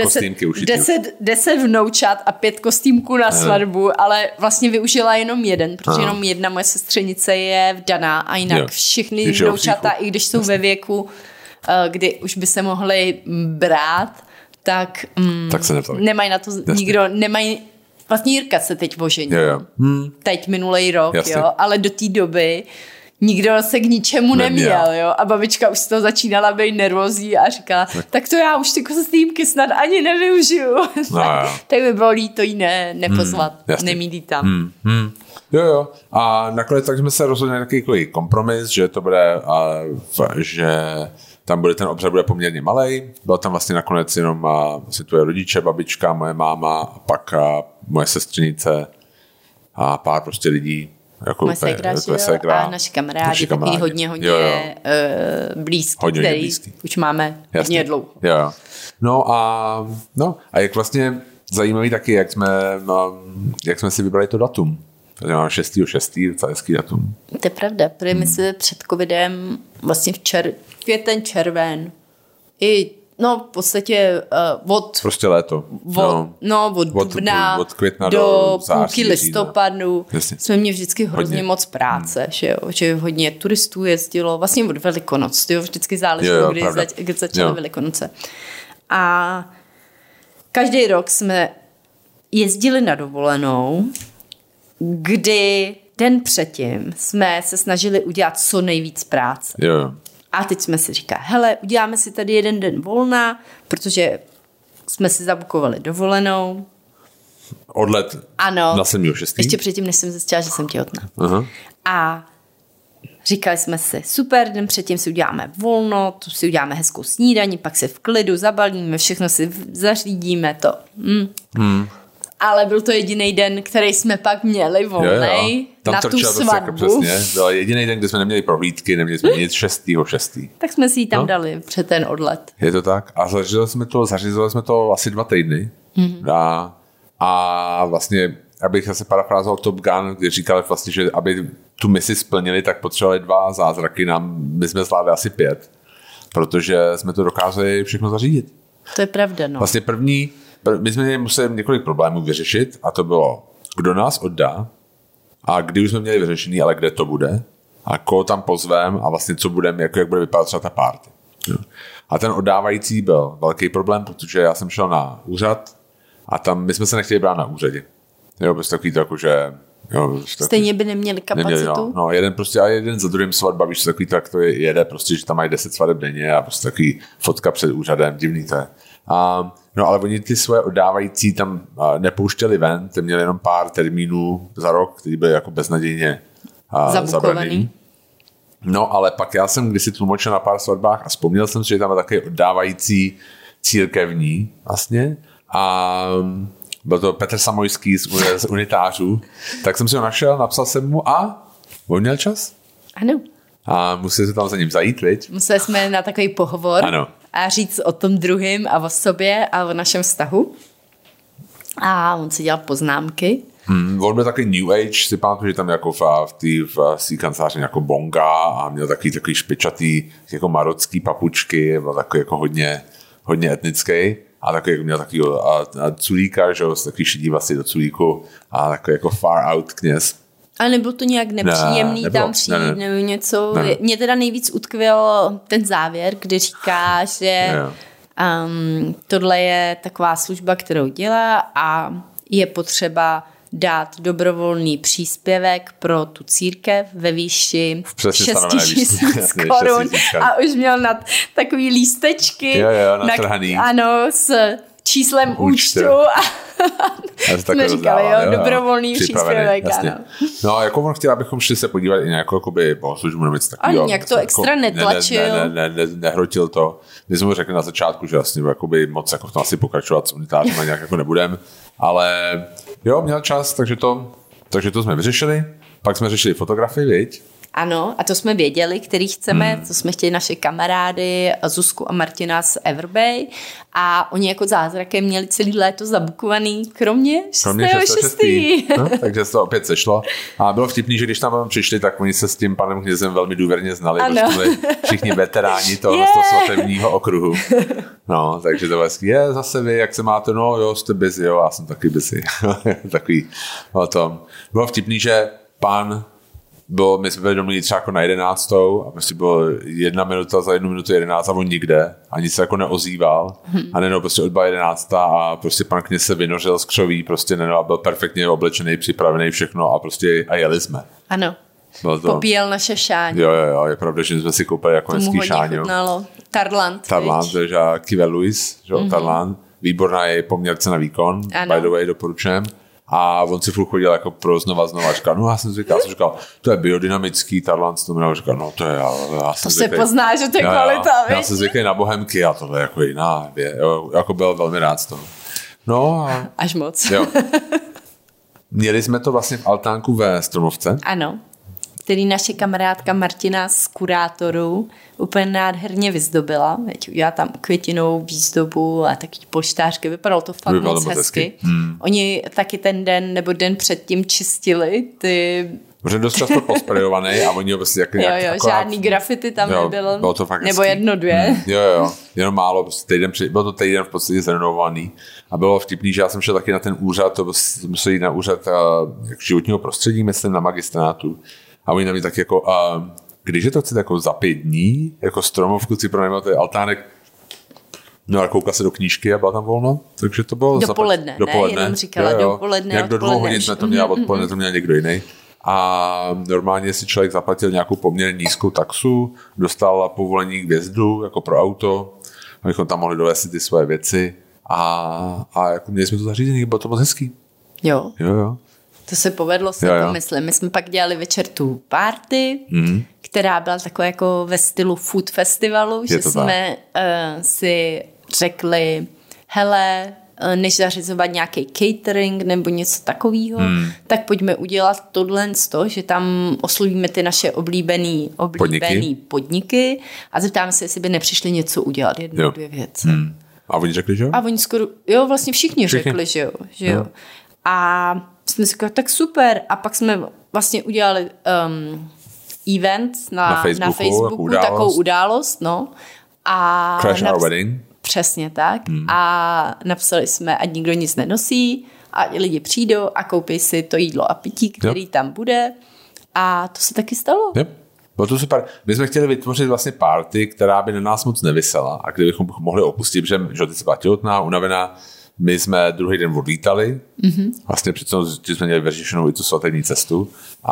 A: deset vnoučat a pět kostýmků na svatbu, ale vlastně využila jenom jeden, protože Aha. jenom jedna moje sestřenice je vdaná a jinak jo. všechny vnoučata, i když jsou Jasně. ve věku, kdy už by se mohly brát, tak, mm,
B: tak se
A: nemají na to Jasně. nikdo, nemají, vlastně Jirka se teď oženil.
B: Jo, jo. Hmm.
A: Teď minulej rok, jo, ale do té doby nikdo se k ničemu neměl, neměl, jo. A babička už z toho začínala být nervózní a říkala, tak, tak to já už ty kostýmky snad ani nevyužiju.
B: No,
A: tak by bylo líto jí ne, nepozvat, hmm, nemít jí tam.
B: Hmm, hmm. Jo, jo. A nakonec tak jsme se rozhodli na takový kompromis, že to bude, a, že tam bude ten obřad bude poměrně malej. Byl tam vlastně nakonec jenom a, vlastně tvoje rodiče, babička, moje máma a pak a, moje sestřenice a pár prostě lidí. Jako
A: moje ségra, ségra a naši kamarádi, naši kamarádi. Taky hodně, hodně jo, jo. Uh, blízký, hodně, který hodně blízký. Už máme Jasně. hodně dlouho.
B: Jo, jo. No a, no a jak vlastně zajímavý taky, jak jsme, jak jsme si vybrali to datum. Protože máme šestého šestého docela hezký datum.
A: To je pravda, protože my jsme před covidem vlastně v čer, květen, červen i no v podstatě uh, od...
B: Prostě léto.
A: Od, no, no od dubna od, od května do, do září, půlky listopadu jsme měli vždycky hrozně hodně. moc práce, hmm. že jo, že hodně turistů jezdilo, vlastně od Velikonoc, jo, vždycky záleželo, kdy, zač, kdy začaly jo. Velikonoce. A každý rok jsme jezdili na dovolenou, kdy den předtím jsme se snažili udělat co nejvíc práce.
B: Jo.
A: A teď jsme si říkali, hele, uděláme si tady jeden den volna, protože jsme si zabukovali dovolenou.
B: Odlet
A: ano,
B: na sedmého šestého Ještě
A: předtím, než jsem zjistila, že jsem těhotná.
B: Aha.
A: A říkali jsme si, super, den předtím si uděláme volno, tu si uděláme hezkou snídani, pak se v klidu zabalíme, všechno si zařídíme to. Hm.
B: Hmm.
A: Ale byl to jediný den, který jsme pak měli volnej na tu svatbu.
B: Přesně. Byl jediný den, kdy jsme neměli prohlídky, neměli jsme nic šestého šestého
A: Tak jsme si ji tam no. dali před ten odlet.
B: Je to tak? A zařízovali jsme to, zařízovali jsme to asi dva týdny. Mm-hmm. A, a vlastně, abych zase parafrázoval Top Gun, kdy říkali vlastně, že aby tu misi splnili, tak potřebovali dva zázraky. Nám, my jsme zvládli asi pět, protože jsme to dokázali všechno zařídit.
A: To je pravda, no.
B: Vlastně první My jsme museli několik problémů vyřešit a to bylo, kdo nás oddá a kdy už jsme měli vyřešený, ale kde to bude a koho tam pozvem a vlastně co budeme, jako jak bude vypadat třeba ta party. Jo. A ten oddávající byl velký problém, protože já jsem šel na úřad a tam my jsme se nechtěli brát na úřadě. Jo, prostě takový to jako, že jo,
A: stejně by neměli kapacitu. Neměli, no.
B: no, jeden prostě a jeden za druhým svatba, víš, takový tak to jede, prostě, že tam mají deset svateb denně a prostě takový fotka před úřadem, divný to je. A, no ale oni ty svoje oddávající tam a, nepouštěli ven, ty měli jenom pár termínů za rok, který byly jako beznadějně zabraný. No ale pak já jsem kdysi tlumočil na pár svatbách a vzpomněl jsem si, že tam je takový oddávající církevní vlastně a byl to Petr Samojský z, z Unitářů, tak jsem si ho našel, napsal jsem mu a on měl čas.
A: Ano.
B: A museli se tam za ním zajít, viď?
A: Museli jsme na takový pohovor
B: ano.
A: a říct o tom druhým a o sobě a o našem vztahu. A on si dělal poznámky.
B: Hmm, on byl takový New Age, si pamatuju, že tam jako v, v té v kanceláři jako bonga a měl takový, takový špičatý jako marocký papučky, byl takový jako hodně, hodně etnický a takový měl takový a, a culíka, že jo, takový šedí vlasy do culíku a takový jako far out kněz.
A: Ale nebyl to nějak nepříjemný ne, tam přijít ne, ne. nebo něco. Ne. Mě teda nejvíc utkvěl ten závěr, kdy říká, že um, tohle je taková služba, kterou dělá a je potřeba dát dobrovolný příspěvek pro tu církev ve výši šest tisíc korun a už měl nad takový lístečky
B: jo, jo, natrhaný.
A: Na, ano, s číslem účtu, účtu a jsme říkali, jo, jo, dobrovolný příspěvek, ano.
B: No, jako on chtěl, abychom šli se podívat i nějakou jakoby bohoslužbu nebo něco takového.
A: Ale nějak to extra jako, netlačil.
B: Ne, ne, ne, ne, ne, nehrotil to. My jsme mu řekli na začátku, že vlastně jakoby moc jako v tom asi pokračovat s unitářem a nějak jako nebudem, ale jo, měl čas, takže to, takže to jsme vyřešili. Pak jsme řešili fotografii, viď?
A: Ano, a to jsme věděli, který chceme, hmm. to jsme chtěli naše kamarády Zuzku a Martina z Everbay a oni jako zázrakem měli celý léto zabukovaný, kromě šestého šestý No, takže se to opět sešlo. A bylo vtipný, že když tam přišli, tak oni se s tím panem knězem velmi důvěrně znali, protože byli všichni veteráni toho, yeah. toho svatebního okruhu. No, takže to vlastně je zase vy, jak se máte, no jo, jste busy, jo, já jsem taky busy. Takový o tom. Bylo vtipný, že pán bylo, my jsme byli domluvili třeba jako na jedenáctou a prostě bylo jedna minuta za jednu minutu jedenáct a on nikde, ani se jako neozýval hmm. a nejednou prostě odbyla jedenáctá a prostě pan kněz se vynořil z křoví, prostě nejednou, byl perfektně oblečený, připravený všechno a prostě a jeli jsme. Ano, to... popíjel naše šáně.
B: Jo, jo, jo, je pravda, že jsme si koupili jako hezký šáně. Tomu
A: chutnalo. Tarlant.
B: Tarlant, to je Kive Louis, že mm-hmm. Tarlant, výborná je poměrce na výkon, ano. By the way, doporučujem. A on si furt chodil jako pro znova znova a říkal, no já jsem říkal, jsem říkal, to je biodynamický, Tarlant, to mi říkal, no to je, já, já jsem
A: to
B: zvyklý,
A: se pozná, že to je
B: já,
A: kvalita,
B: já, já jsem zvyklý na bohemky a tohle je jako jiná, je, jo, jako byl velmi rád z toho. No a...
A: Až moc.
B: Jo. Měli jsme to vlastně v altánku ve Stromovce.
A: Ano, který naše kamarádka Martina z kurátorů úplně nádherně vyzdobila. Udělala tam květinovou výzdobu a taky polštářky. Vypadalo to fakt Vypadalo moc hezky. Hmm. Oni taky ten den nebo den předtím čistili ty...
B: Protože dost často posprejovaný a oni ho prostě jak nějak...
A: Jo, jo,
B: akorát,
A: žádný grafity tam
B: jo,
A: nebylo.
B: Bylo to fakt
A: nebo
B: hezký.
A: jedno, dvě.
B: Hmm. Jo, jo, jenom málo. Prostě týden, bylo to týden v podstatě zrenovovaný a bylo vtipný, že já jsem šel taky na ten úřad, to musel jít na úřad jak životního prostředí, myslím na magistrátu. A oni na mě tak jako, a když je to chcete jako za pět dní, jako Stromovku si pronajmete altánek, no a koukla se do knížky a byla tam volno, takže to bylo
A: dopoledne,
B: za dopoledne,
A: ne, jenom říkala jo, jo. dopoledne,
B: jak do dvou hodin jsme to měli, odpoledne to měl někdo jiný. A normálně si člověk zaplatil nějakou poměrně nízkou taxu, dostal povolení k vjezdu, jako pro auto, abychom tam mohli dovést ty svoje věci a, a jako měli jsme to zařízení, bylo to moc hezký.
A: Jo.
B: Jo, jo.
A: To se povedlo, se to myslím. My jsme pak dělali večer tu party, mm. která byla taková jako ve stylu food festivalu, je že jsme uh, si řekli, hele, než zařizovat nějaký catering nebo něco takového, hmm. tak pojďme udělat tohle z toho, že tam oslovíme ty naše oblíbený, oblíbený podniky. podniky a zeptáme se, jestli by nepřišli něco udělat, jednu, jo. dvě věci. Hmm.
B: A oni řekli, že jo?
A: A oni skoro, jo, vlastně všichni, všichni. řekli, že jo. Že jo. jo. A jsme si říkali, tak super. A pak jsme vlastně udělali um, event na, na Facebooku, na Facebooku událost. takovou událost, no. A
B: Crash naps- Our Wedding.
A: Přesně tak. Hmm. A napsali jsme, ať nikdo nic nenosí, ať lidi přijdou a koupí si to jídlo a pití, který yep. tam bude. A to se taky stalo.
B: Yep. Bylo to super. My jsme chtěli vytvořit vlastně party, která by na nás moc nevysela a kdybychom mohli opustit, že, že ty se byla těhotná, unavená. My jsme druhý den odlítali, mm-hmm. vlastně přece jsme měli vyřešenou i tu svatební cestu,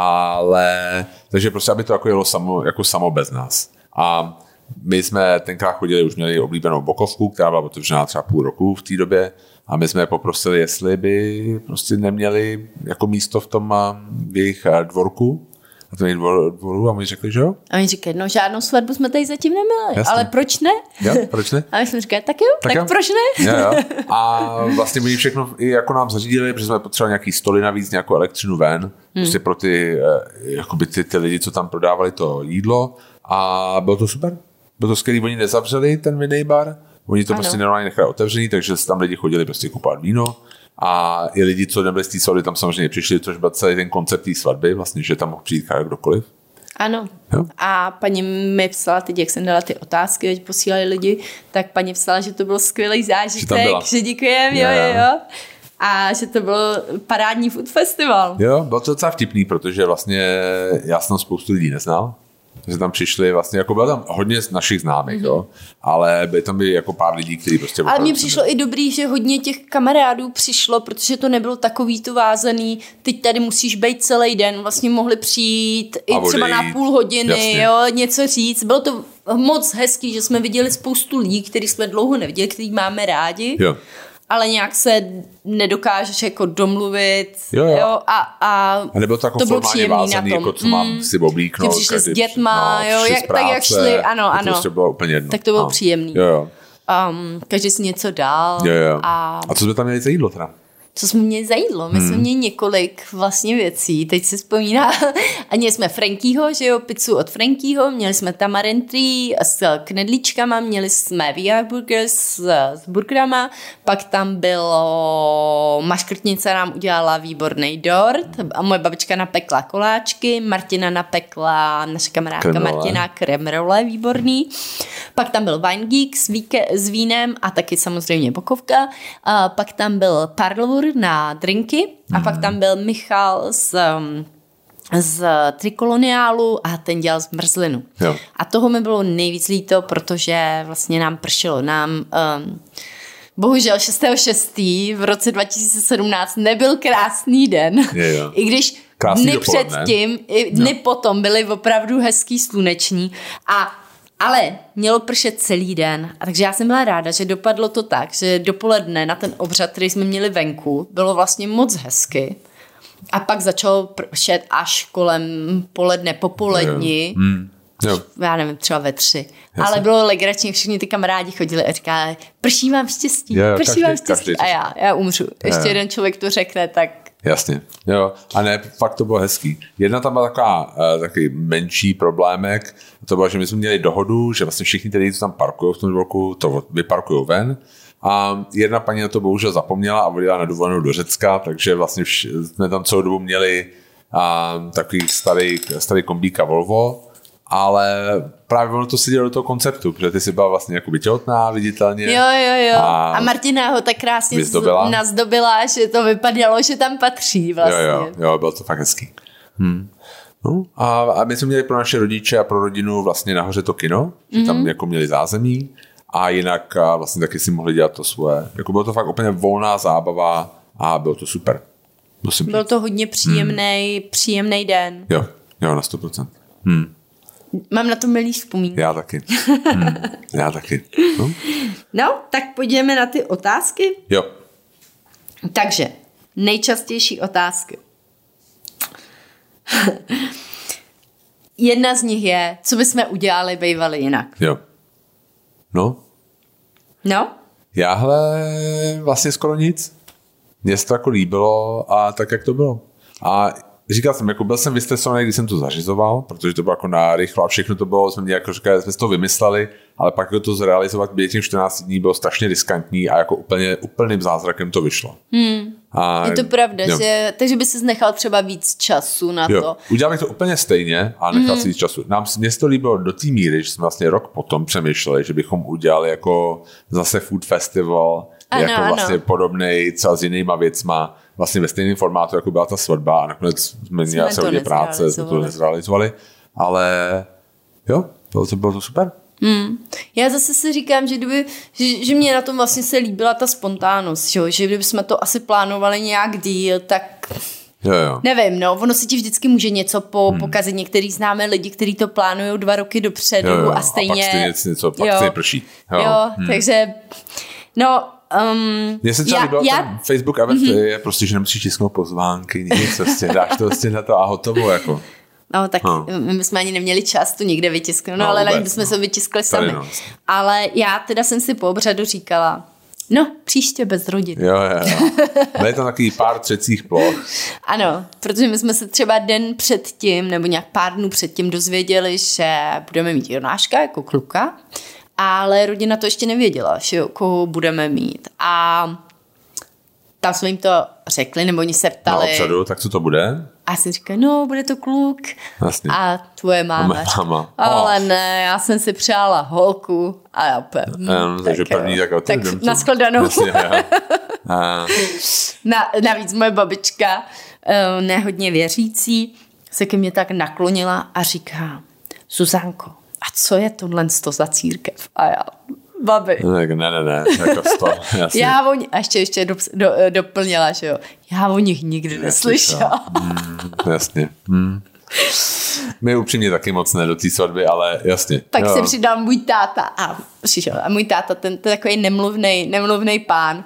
B: ale takže prostě, aby to jako jelo samo, jako samo bez nás. A my jsme tenkrát chodili, už měli oblíbenou bokovku, která byla otevřená třeba půl roku v té době a my jsme je poprosili, jestli by prostě neměli jako místo v tom v jejich dvorku a to je dvoru a oni řekli, že jo?
A: A oni říkají, no žádnou svatbu jsme tady zatím neměli, jasně. Ale proč ne?
B: Jo, proč ne?
A: A my jsme říkali, tak jo, tak, tak jo. Proč ne?
B: Jo, jo. A vlastně oni všechno i jako nám zařídili, protože jsme potřebovali nějaký stoly navíc, nějakou elektřinu ven, hmm. prostě pro ty, jakoby ty, ty lidi, co tam prodávali to jídlo a bylo to super. Bylo to skvělý, oni nezavřeli ten vinný bar, oni to ano. prostě normálně nechali otevřený, takže tam lidi chodili prostě kupovat víno a i lidi, co nebyli z té svatby, tam samozřejmě přišli, což byl celý ten koncept té svatby, vlastně, že tam mohl přijít kdokoliv.
A: Ano. Jo? A paní mi psala, teď jak jsem dala ty otázky, teď posílali lidi, tak paní psala, že to byl skvělý zážitek, že, že děkujem, jo, jo, jo. A že to byl parádní food festival.
B: Jo, bylo to docela vtipný, protože vlastně já jsem spoustu lidí neznal. Že tam přišli vlastně, jako bylo tam hodně z našich známých, mm-hmm. jo, ale byly tam by jako pár lidí, kteří prostě...
A: Ale mně přišlo i dobrý, že hodně těch kamarádů přišlo, protože to nebylo takový to vázaný, teď tady musíš být celý den, vlastně mohli přijít i třeba na půl hodiny, jasně. Jo, něco říct. Bylo to moc hezký, že jsme viděli spoustu lidí, který jsme dlouho neviděli, který máme rádi. Jo. Ale nějak se nedokážeš jako domluvit, jo, jo. Jo, a, a,
B: a nebylo to jako to formálně vázaný, jako co mám mm. si oblíknout.
A: Přišli s dětma, no, jo, jak, práce, tak jak šli, ano, ano. To prostě
B: bylo úplně jedno.
A: Tak to bylo no. příjemný.
B: Jo, jo.
A: Um, každý si něco dal.
B: Jo, jo. A, a co jsme tam měli za jídlo teda?
A: Co jsme měli za jídlo? My hmm. jsme měli několik vlastně věcí. Teď si vzpomíná. A měli jsme Frankieho, že jo, pizzu od Frankieho, měli jsme Tamarind Tree s knedlíčkama, měli jsme V R Burgers s, s burgerama, pak tam bylo maškrtnice nám udělala výborný dort a moje babička napekla koláčky, Martina napekla, naše kamarádka kremrole. Martina kremrole, výborný. Pak tam byl Wine Geek s, víke, s vínem a taky samozřejmě bokovka. A pak tam byl Parlour na drinky a mm. pak tam byl Michal z, z Trikoloniálu a ten dělal zmrzlinu. Jo. A toho mi bylo nejvíc líto, protože vlastně nám pršelo. Nám um, bohužel šestého šestého v roce dva tisíce sedmnáct nebyl krásný den. Je, jo. I když krásný dny předtím, i dny no. potom byly opravdu hezký sluneční a ale mělo pršet celý den, a takže já jsem byla ráda, že dopadlo to tak, že dopoledne na ten obřad, který jsme měli venku, bylo vlastně moc hezky a pak začalo pršet až kolem poledne, popolední, mm. Jo. Já nevím, třeba ve tři. Jasně. Ale bylo legrační, všichni ty kamarádi chodili a říkali, prší vám štěstí, jo, prší každý, vám štěstí. A já, já umřu. Ještě jo. jeden člověk to řekne, tak...
B: Jasně, jo. A ne, fakt to bylo hezký. Jedna tam byla taková uh, takový menší problémek, to bylo, že my jsme měli dohodu, že vlastně všichni ty, co tam parkují v tom roku, to vyparkují ven. A jedna paní na to bohužel zapomněla a odjela na dovolenou do Řecka, takže vlastně vš- jsme tam celou dobu měli uh, takový starý, starý kombíka Volvo, ale právě ono to sedělo do toho konceptu, protože ty jsi byla vlastně jako těhotná, viditelně.
A: Jo, jo, jo. A, a Martina ho tak krásně vyzdobila. nazdobila, že to vypadalo, že tam patří vlastně.
B: Jo, jo, jo, bylo to fakt hezký. Hmm. No, a, a my jsme měli pro naše rodiče a pro rodinu vlastně nahoře to kino, že mm-hmm. tam jako měli zázemí a jinak a vlastně taky si mohli dělat to svoje. Jako bylo to fakt úplně volná zábava a bylo to super. Musím
A: Byl říct. to hodně příjemný, hmm. příjemný den.
B: Jo, jo, na sto procent. Hmm.
A: Mám na to milý vzpomínky.
B: Já taky. Hmm. Já taky. No.
A: no, tak pojďme na ty otázky.
B: Jo.
A: Takže, nejčastější otázky. Jedna z nich je, co bychom udělali, bývali jinak.
B: Jo. No.
A: No?
B: Jáhle vlastně skoro nic. Mně se to jako líbilo a tak, jak to bylo. A říkal jsem, jako byl jsem vystresovaný, když jsem to zařizoval, protože to bylo jako narychlo a všechno to bylo, jsme jako říkali, jsme to vymysleli, ale pak jako to zrealizovat během těch čtrnáct dní bylo strašně riskantní a jako úplně, úplným zázrakem to vyšlo.
A: Hmm. A, je to pravda, že, takže by ses nechal třeba víc času na jo. to.
B: Udělal bych to úplně stejně a nechal mm. si víc času. Nám mě to líbilo do té míry, že jsme vlastně rok potom přemýšleli, že bychom udělali jako zase food festival, ano, jako ano. vlastně podobnej třeba s jinýma věcma, vlastně ve stejném formátu, jako byla ta svatba a nakonec jsme měli se hodně práce, jsme to nezrealizovali, ale jo, bylo to, bylo to super.
A: Hmm. Já zase si říkám, že, kdyby, že, že mě na tom vlastně se líbila ta spontánnost, že, že kdyby jsme to asi plánovali nějak díl, tak
B: jo, jo.
A: nevím, no, ono si ti vždycky může něco po, hmm. pokazit. Některý známe lidi, kteří to plánují dva roky dopředu jo, jo. a stejně...
B: A pak stejně něco, pak stejně prší.
A: Jo, jo hmm. takže no... Um,
B: Mně se třeba já, líbilo, já... ten Facebook event mm-hmm. je prostě, že nemusíš tisknout pozvánky, nic, prostě dáš to prostě na to a hotovo, jako.
A: No, tak no. my jsme ani neměli čas to někde vytisknout, no, no ale vůbec, jsme no. se vytiskli sami. No. Ale já teda jsem si po obřadu říkala, no, příště bez rodiny.
B: Jo, jo, jo. No je to takový pár třecích ploch.
A: Ano, protože my jsme se třeba den předtím, nebo nějak pár dnů předtím dozvěděli, že budeme mít Jonáška jako kluka, ale rodina to ještě nevěděla, že jo, koho budeme mít. A tam jsme jim to řekli, nebo oni se ptali.
B: No, obřadu, tak co to bude?
A: A já jsem říkala, no, bude to kluk.
B: Vlastně.
A: A tvoje máma.
B: máma.
A: Ale oh. ne, já jsem si přála holku a já pevně.
B: Um, takže první, tak,
A: tak nashledanou. Na, navíc moje babička, nehodně věřící, se ke mně tak naklonila a říká, Zuzánko, a co je tohle za církev? A já, babi.
B: Ne, ne, ne, ne, jako sto, jasně.
A: Já o nich, a ještě, ještě do, do, doplnila, že jo, já o nich nikdy neslyšela.
B: Mm, jasně. Mm. My upřímně taky moc ne do té svatby, ale jasně.
A: Tak jo. Se přidal můj táta a přišel. A můj táta, ten, ten takový nemluvnej, nemluvnej pán.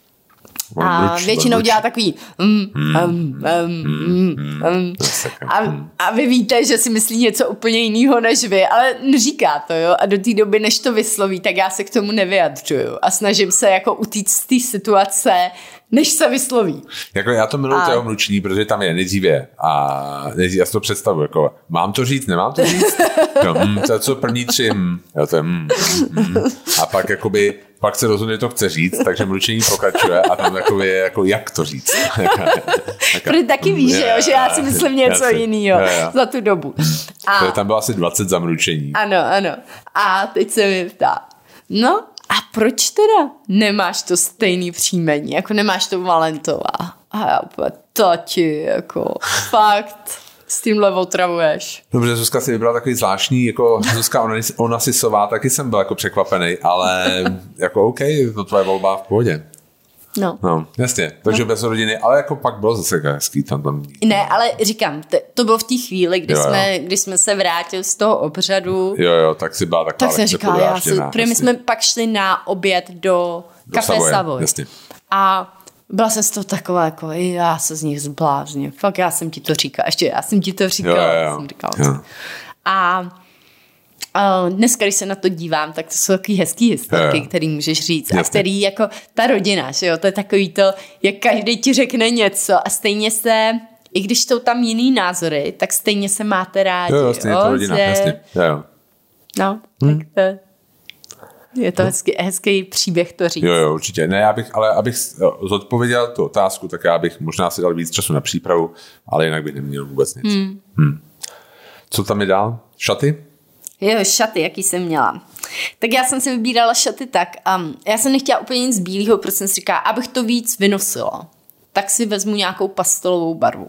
A: A ruč, většinou ruč. Dělá takový mm, mm, um, um, mm, mm. A, a vy víte, že si myslí něco úplně jiného než vy, ale neříká to, jo, a do té doby, než to vysloví, tak já se k tomu nevyjadřuju a snažím se jako utíct z té situace, než se vysloví.
B: Jako já to miluji a... toho mlučení, protože tam je nejdříve a nejdřív, já si to představuji, jako mám to říct, nemám to říct? No, mm, to je co první tři, mm, jo, to je mm, mm, a pak jakoby pak se rozhodne, že to chce říct, takže mlučení pokračuje a tam jakoby je jako jak to říct.
A: Protože taky víš, že, jo, že já si myslím něco jiného za tu dobu.
B: A... tam bylo asi dvacet zamručení.
A: Ano, ano. A teď se mi ptá, no a proč teda nemáš to stejný příjmení, jako nemáš to Valentová? A já úplně, tati, jako fakt... S tímhle otravuješ.
B: Dobře, Zuzka si vybrala takový zvláštní, jako Zuzka Onasisová, taky jsem byl jako překvapený, ale jako OK, to tvoje volba v pohodě.
A: No.
B: No, jasně, takže no. Bez rodiny, ale jako pak bylo zase hezký tam tam.
A: Ne, ale říkám, t- to bylo v té chvíli, kdy, jo, jsme, jo. kdy jsme se vrátili z toho obřadu.
B: Jo, jo, tak si byla taková.
A: Tak jsem říkala, já si, protože my jsme pak šli na oběd do, do Café Savoy.
B: Jasně.
A: A byla jsem z toho taková, jako já se z nich zblázním. Fakt já jsem ti to říkala. Ještě já jsem ti to říkala. Jo, jo, jsem říkala. Jo. A, a dneska, když se na to dívám, tak to jsou takový hezký historky, který můžeš říct. Jasně. A který jako ta rodina, že jo, to je takový to, jak každý ti řekne něco a stejně se, i když jsou tam jiný názory, tak stejně se máte rádi.
B: Jo, jo, stejně to rodina, že... jasně. Jo, jo.
A: No, hmm. tak to je to hezký, hezký příběh to říct.
B: Jo, jo, určitě. Ne, já bych, ale abych zodpověděl tu otázku, tak já bych možná si dal víc času na přípravu, ale jinak bych neměl vůbec nic. Hmm. Hmm. Co tam je dál? Šaty?
A: Jo, šaty, jaký jsem měla. Tak já jsem si vybírala šaty tak, um, já jsem nechtěla úplně nic bílého, protože jsem si říkala, abych to víc vynosila, tak si vezmu nějakou pastelovou barvu.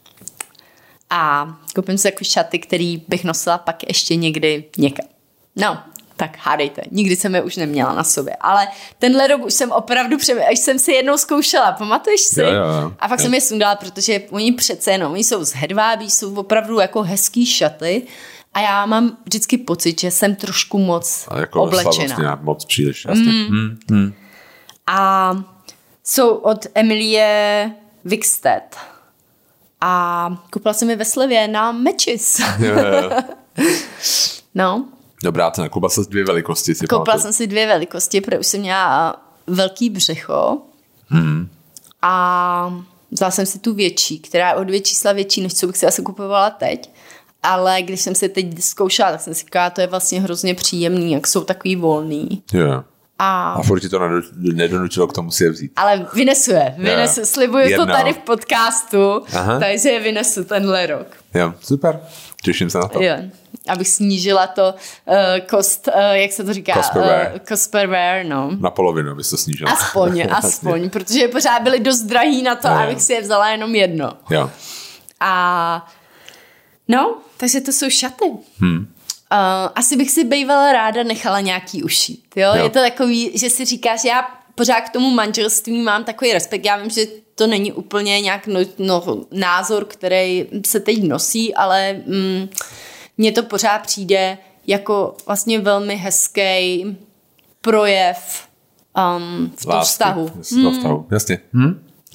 A: A koupím si jako šaty, který bych nosila pak ještě někdy někam. No, tak hádejte, nikdy jsem je už neměla na sobě, ale tenhle rok už jsem opravdu, pře- až jsem si jednou zkoušela, pamatuješ si?
B: Jo, jo, jo.
A: A pak jo. jsem je sundala, protože oni přece jenom, oni jsou z hedvábí, jsou opravdu jako hezký šaty a já mám vždycky pocit, že jsem trošku moc jako oblečená.
B: Moc příliš, jasně. Mm. Mm. Mm.
A: A jsou od Emilie Wikstedt a koupila jsem je ve slevě na Matches. Jo, jo. No.
B: Dobrá, to nakoupila jsem si dvě velikosti. Si
A: Koupila pamatuju. jsem si dvě velikosti, protože už jsem měla velký břicho hmm. a vzala jsem si tu větší, která je o dvě čísla větší, než co bych si asi kupovala teď. Ale když jsem si teď zkoušela, tak jsem si říkala, to je vlastně hrozně příjemný, jak jsou takový volný.
B: Yeah.
A: A...
B: a furt ti to nedonutilo k tomu si je vzít.
A: Ale vynesu je, vynesu, yeah. slibuju Jedno. to tady v podcastu, Aha. takže je vynesu tenhle rok.
B: Jo, super, těším se na to.
A: Jo. Abych snížila to uh, cost, uh, jak se to říká?
B: Cost per wear.
A: Uh, cost per wear, no.
B: Na polovinu abys to snížila.
A: Aspoň, aspoň, protože pořád byly dost drahý na to, no, abych si je vzala jenom jedno.
B: Jo.
A: A no, takže to jsou šaty.
B: Hmm.
A: Uh, asi bych si bývala ráda nechala nějaký ušít, jo? jo? Je to takový, že si říkáš, já pořád k tomu manželství mám takový respekt. Já vím, že to není úplně nějak no, no, názor, který se teď nosí, ale mm, mně to pořád přijde jako vlastně velmi hezký projev um, v tom vztahu.
B: V tom vztahu, jasně. Hm?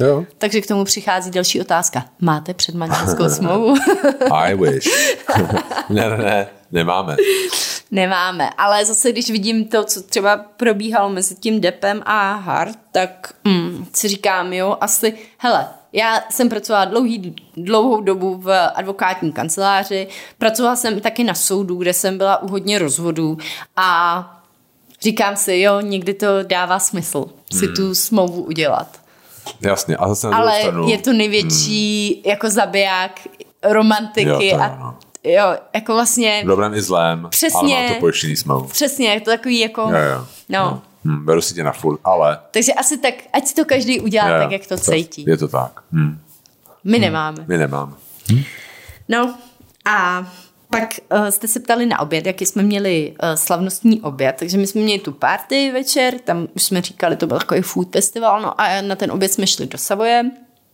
B: Jo.
A: Takže k tomu přichází další otázka. Máte předmanželskou smlouvu?
B: I wish. ne, ne, ne, nemáme.
A: Nemáme, ale zase, když vidím to, co třeba probíhalo mezi tím Deppem a Hart, tak mm, si říkám, jo, asi, hele, já jsem pracovala dlouhý, dlouhou dobu v advokátní kanceláři, pracovala jsem taky na soudu, kde jsem byla u hodně rozvodů a říkám si, jo, někdy to dává smysl si hmm. tu smlouvu udělat.
B: Jasně, a zase na
A: ale
B: stranu,
A: je to největší hmm. jako zabiják romantiky
B: jo, to,
A: a
B: no.
A: jo, jako vlastně...
B: V dobrém i zlém,
A: přesně,
B: ale má to pojištění smlouvu.
A: Přesně, je to takový jako...
B: Jo, jo,
A: no.
B: no. Hmm, beru si tě na furt, ale...
A: Takže asi tak, ať si to každý udělá jo, tak, jak to cítí.
B: Je to tak. Hmm.
A: My
B: hmm.
A: nemáme.
B: My nemáme. Hmm.
A: No a pak uh, jste se ptali na oběd, jaký jsme měli uh, slavnostní oběd, takže my jsme měli tu party večer, tam už jsme říkali, to byl takový food festival, no a na ten oběd jsme šli do Savoye.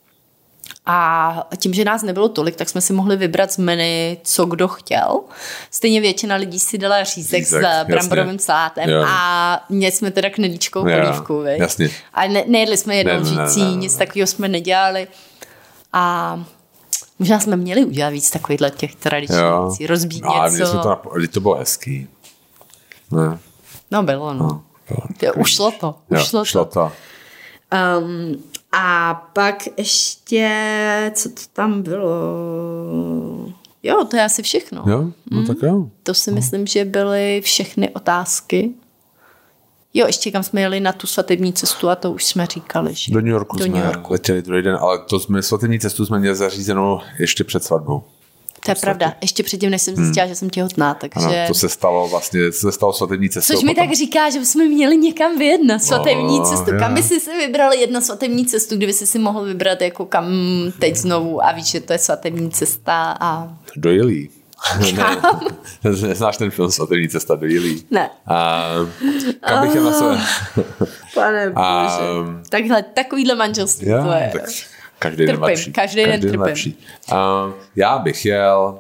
A: A tím, že nás nebylo tolik, tak jsme si mohli vybrat z menu, co kdo chtěl. Stejně většina lidí si dala řízek, řízek s bramborovým salátem jo. a měli jsme teda knedlíčkou polívku.
B: Jasně.
A: A ne, nejedli jsme jednou ne, žící, ne, ne, ne, nic takového jsme nedělali. A možná jsme měli udělat víc takovýchhle těch tradičních věcí, rozbít no, něco.
B: To, na, to bylo hezký. Ne.
A: No bylo, no. no bylo ušlo to. Ušlo
B: jo, šlo to. to.
A: Um, a pak ještě, co to tam bylo? Jo, to je asi všechno.
B: Jo, no
A: mm.
B: tak jo.
A: To si myslím, že byly všechny otázky. Jo, ještě kam jsme jeli na tu svatební cestu a to už jsme říkali, že?
B: Do New Yorku
A: Do
B: jsme
A: New Yorku.
B: letěli druhý den, ale to jsme svatební cestu jsme měli zařízenou ještě před svatbou.
A: To je pravda. Ještě předtím, než jsem zjistila, hmm. že jsem těhotná, takže...
B: Ano, to se stalo vlastně, se stalo svatební cestou.
A: Což mi
B: potom...
A: tak říká, že bychom měli někam vyjednat svatební
B: oh,
A: cestu.
B: Yeah.
A: Kam by si si vybrali jednu svatební cestu, kdyby si si mohl vybrat jako kam teď znovu a víš, že to je svatební cesta a...
B: Do Jilí. ne, neznáš ten film Svatební cesta do Jilí?
A: Ne.
B: A, kam bych je na sebe...
A: Pane bože. Takhle, takovýhle manželství
B: já,
A: to je.
B: Tak každý den lepší.
A: Každý den trpím.
B: Lepší. Uh, já bych jel...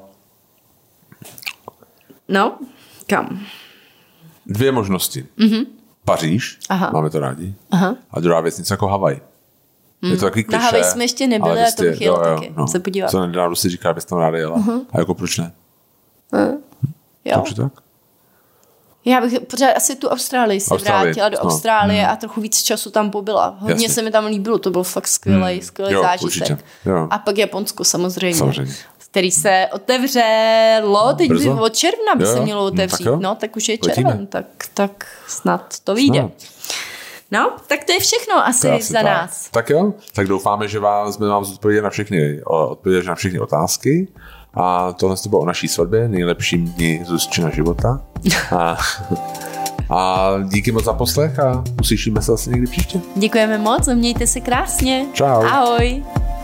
A: No, kam?
B: Dvě možnosti.
A: Mm-hmm.
B: Paříž,
A: Aha.
B: máme to rádi.
A: Aha.
B: A druhá věc, něco jako Havaj. Mm. Je to takový klišé.
A: Na Havaj jsme ještě nebyli a to bych jel taky. No. Se podívat.
B: Co nedávno si říká, abys tam ráda jela. Uh-huh. A jako proč ne?
A: Uh, jo.
B: Takže tak?
A: Já bych pořád asi tu Austrálii se
B: Austrálii.
A: vrátila do
B: no.
A: Austrálie
B: hmm.
A: a trochu víc času tam pobyla. Hodně
B: Jasně.
A: se mi tam líbilo, to byl fakt skvělý, hmm. skvělý
B: jo,
A: zážitek.
B: Jo.
A: A pak Japonsko samozřejmě,
B: samozřejmě.
A: který se otevřelo, teď by od června by
B: jo.
A: se mělo otevřít, no tak, no, tak už je červen, tak, tak snad to vyjde. Snad. No, tak to je všechno asi, asi za
B: tak.
A: nás.
B: Tak jo, tak doufáme, že vám, jsme vám odpověděli na všechny, odpověděli na všechny otázky. A tohle to bylo o naší svatbě, nejlepším dní Zuzčina života. A, a díky moc za poslech a uslyšíme se zase někdy příště.
A: Děkujeme moc, mějte se krásně.
B: Čau.
A: Ahoj.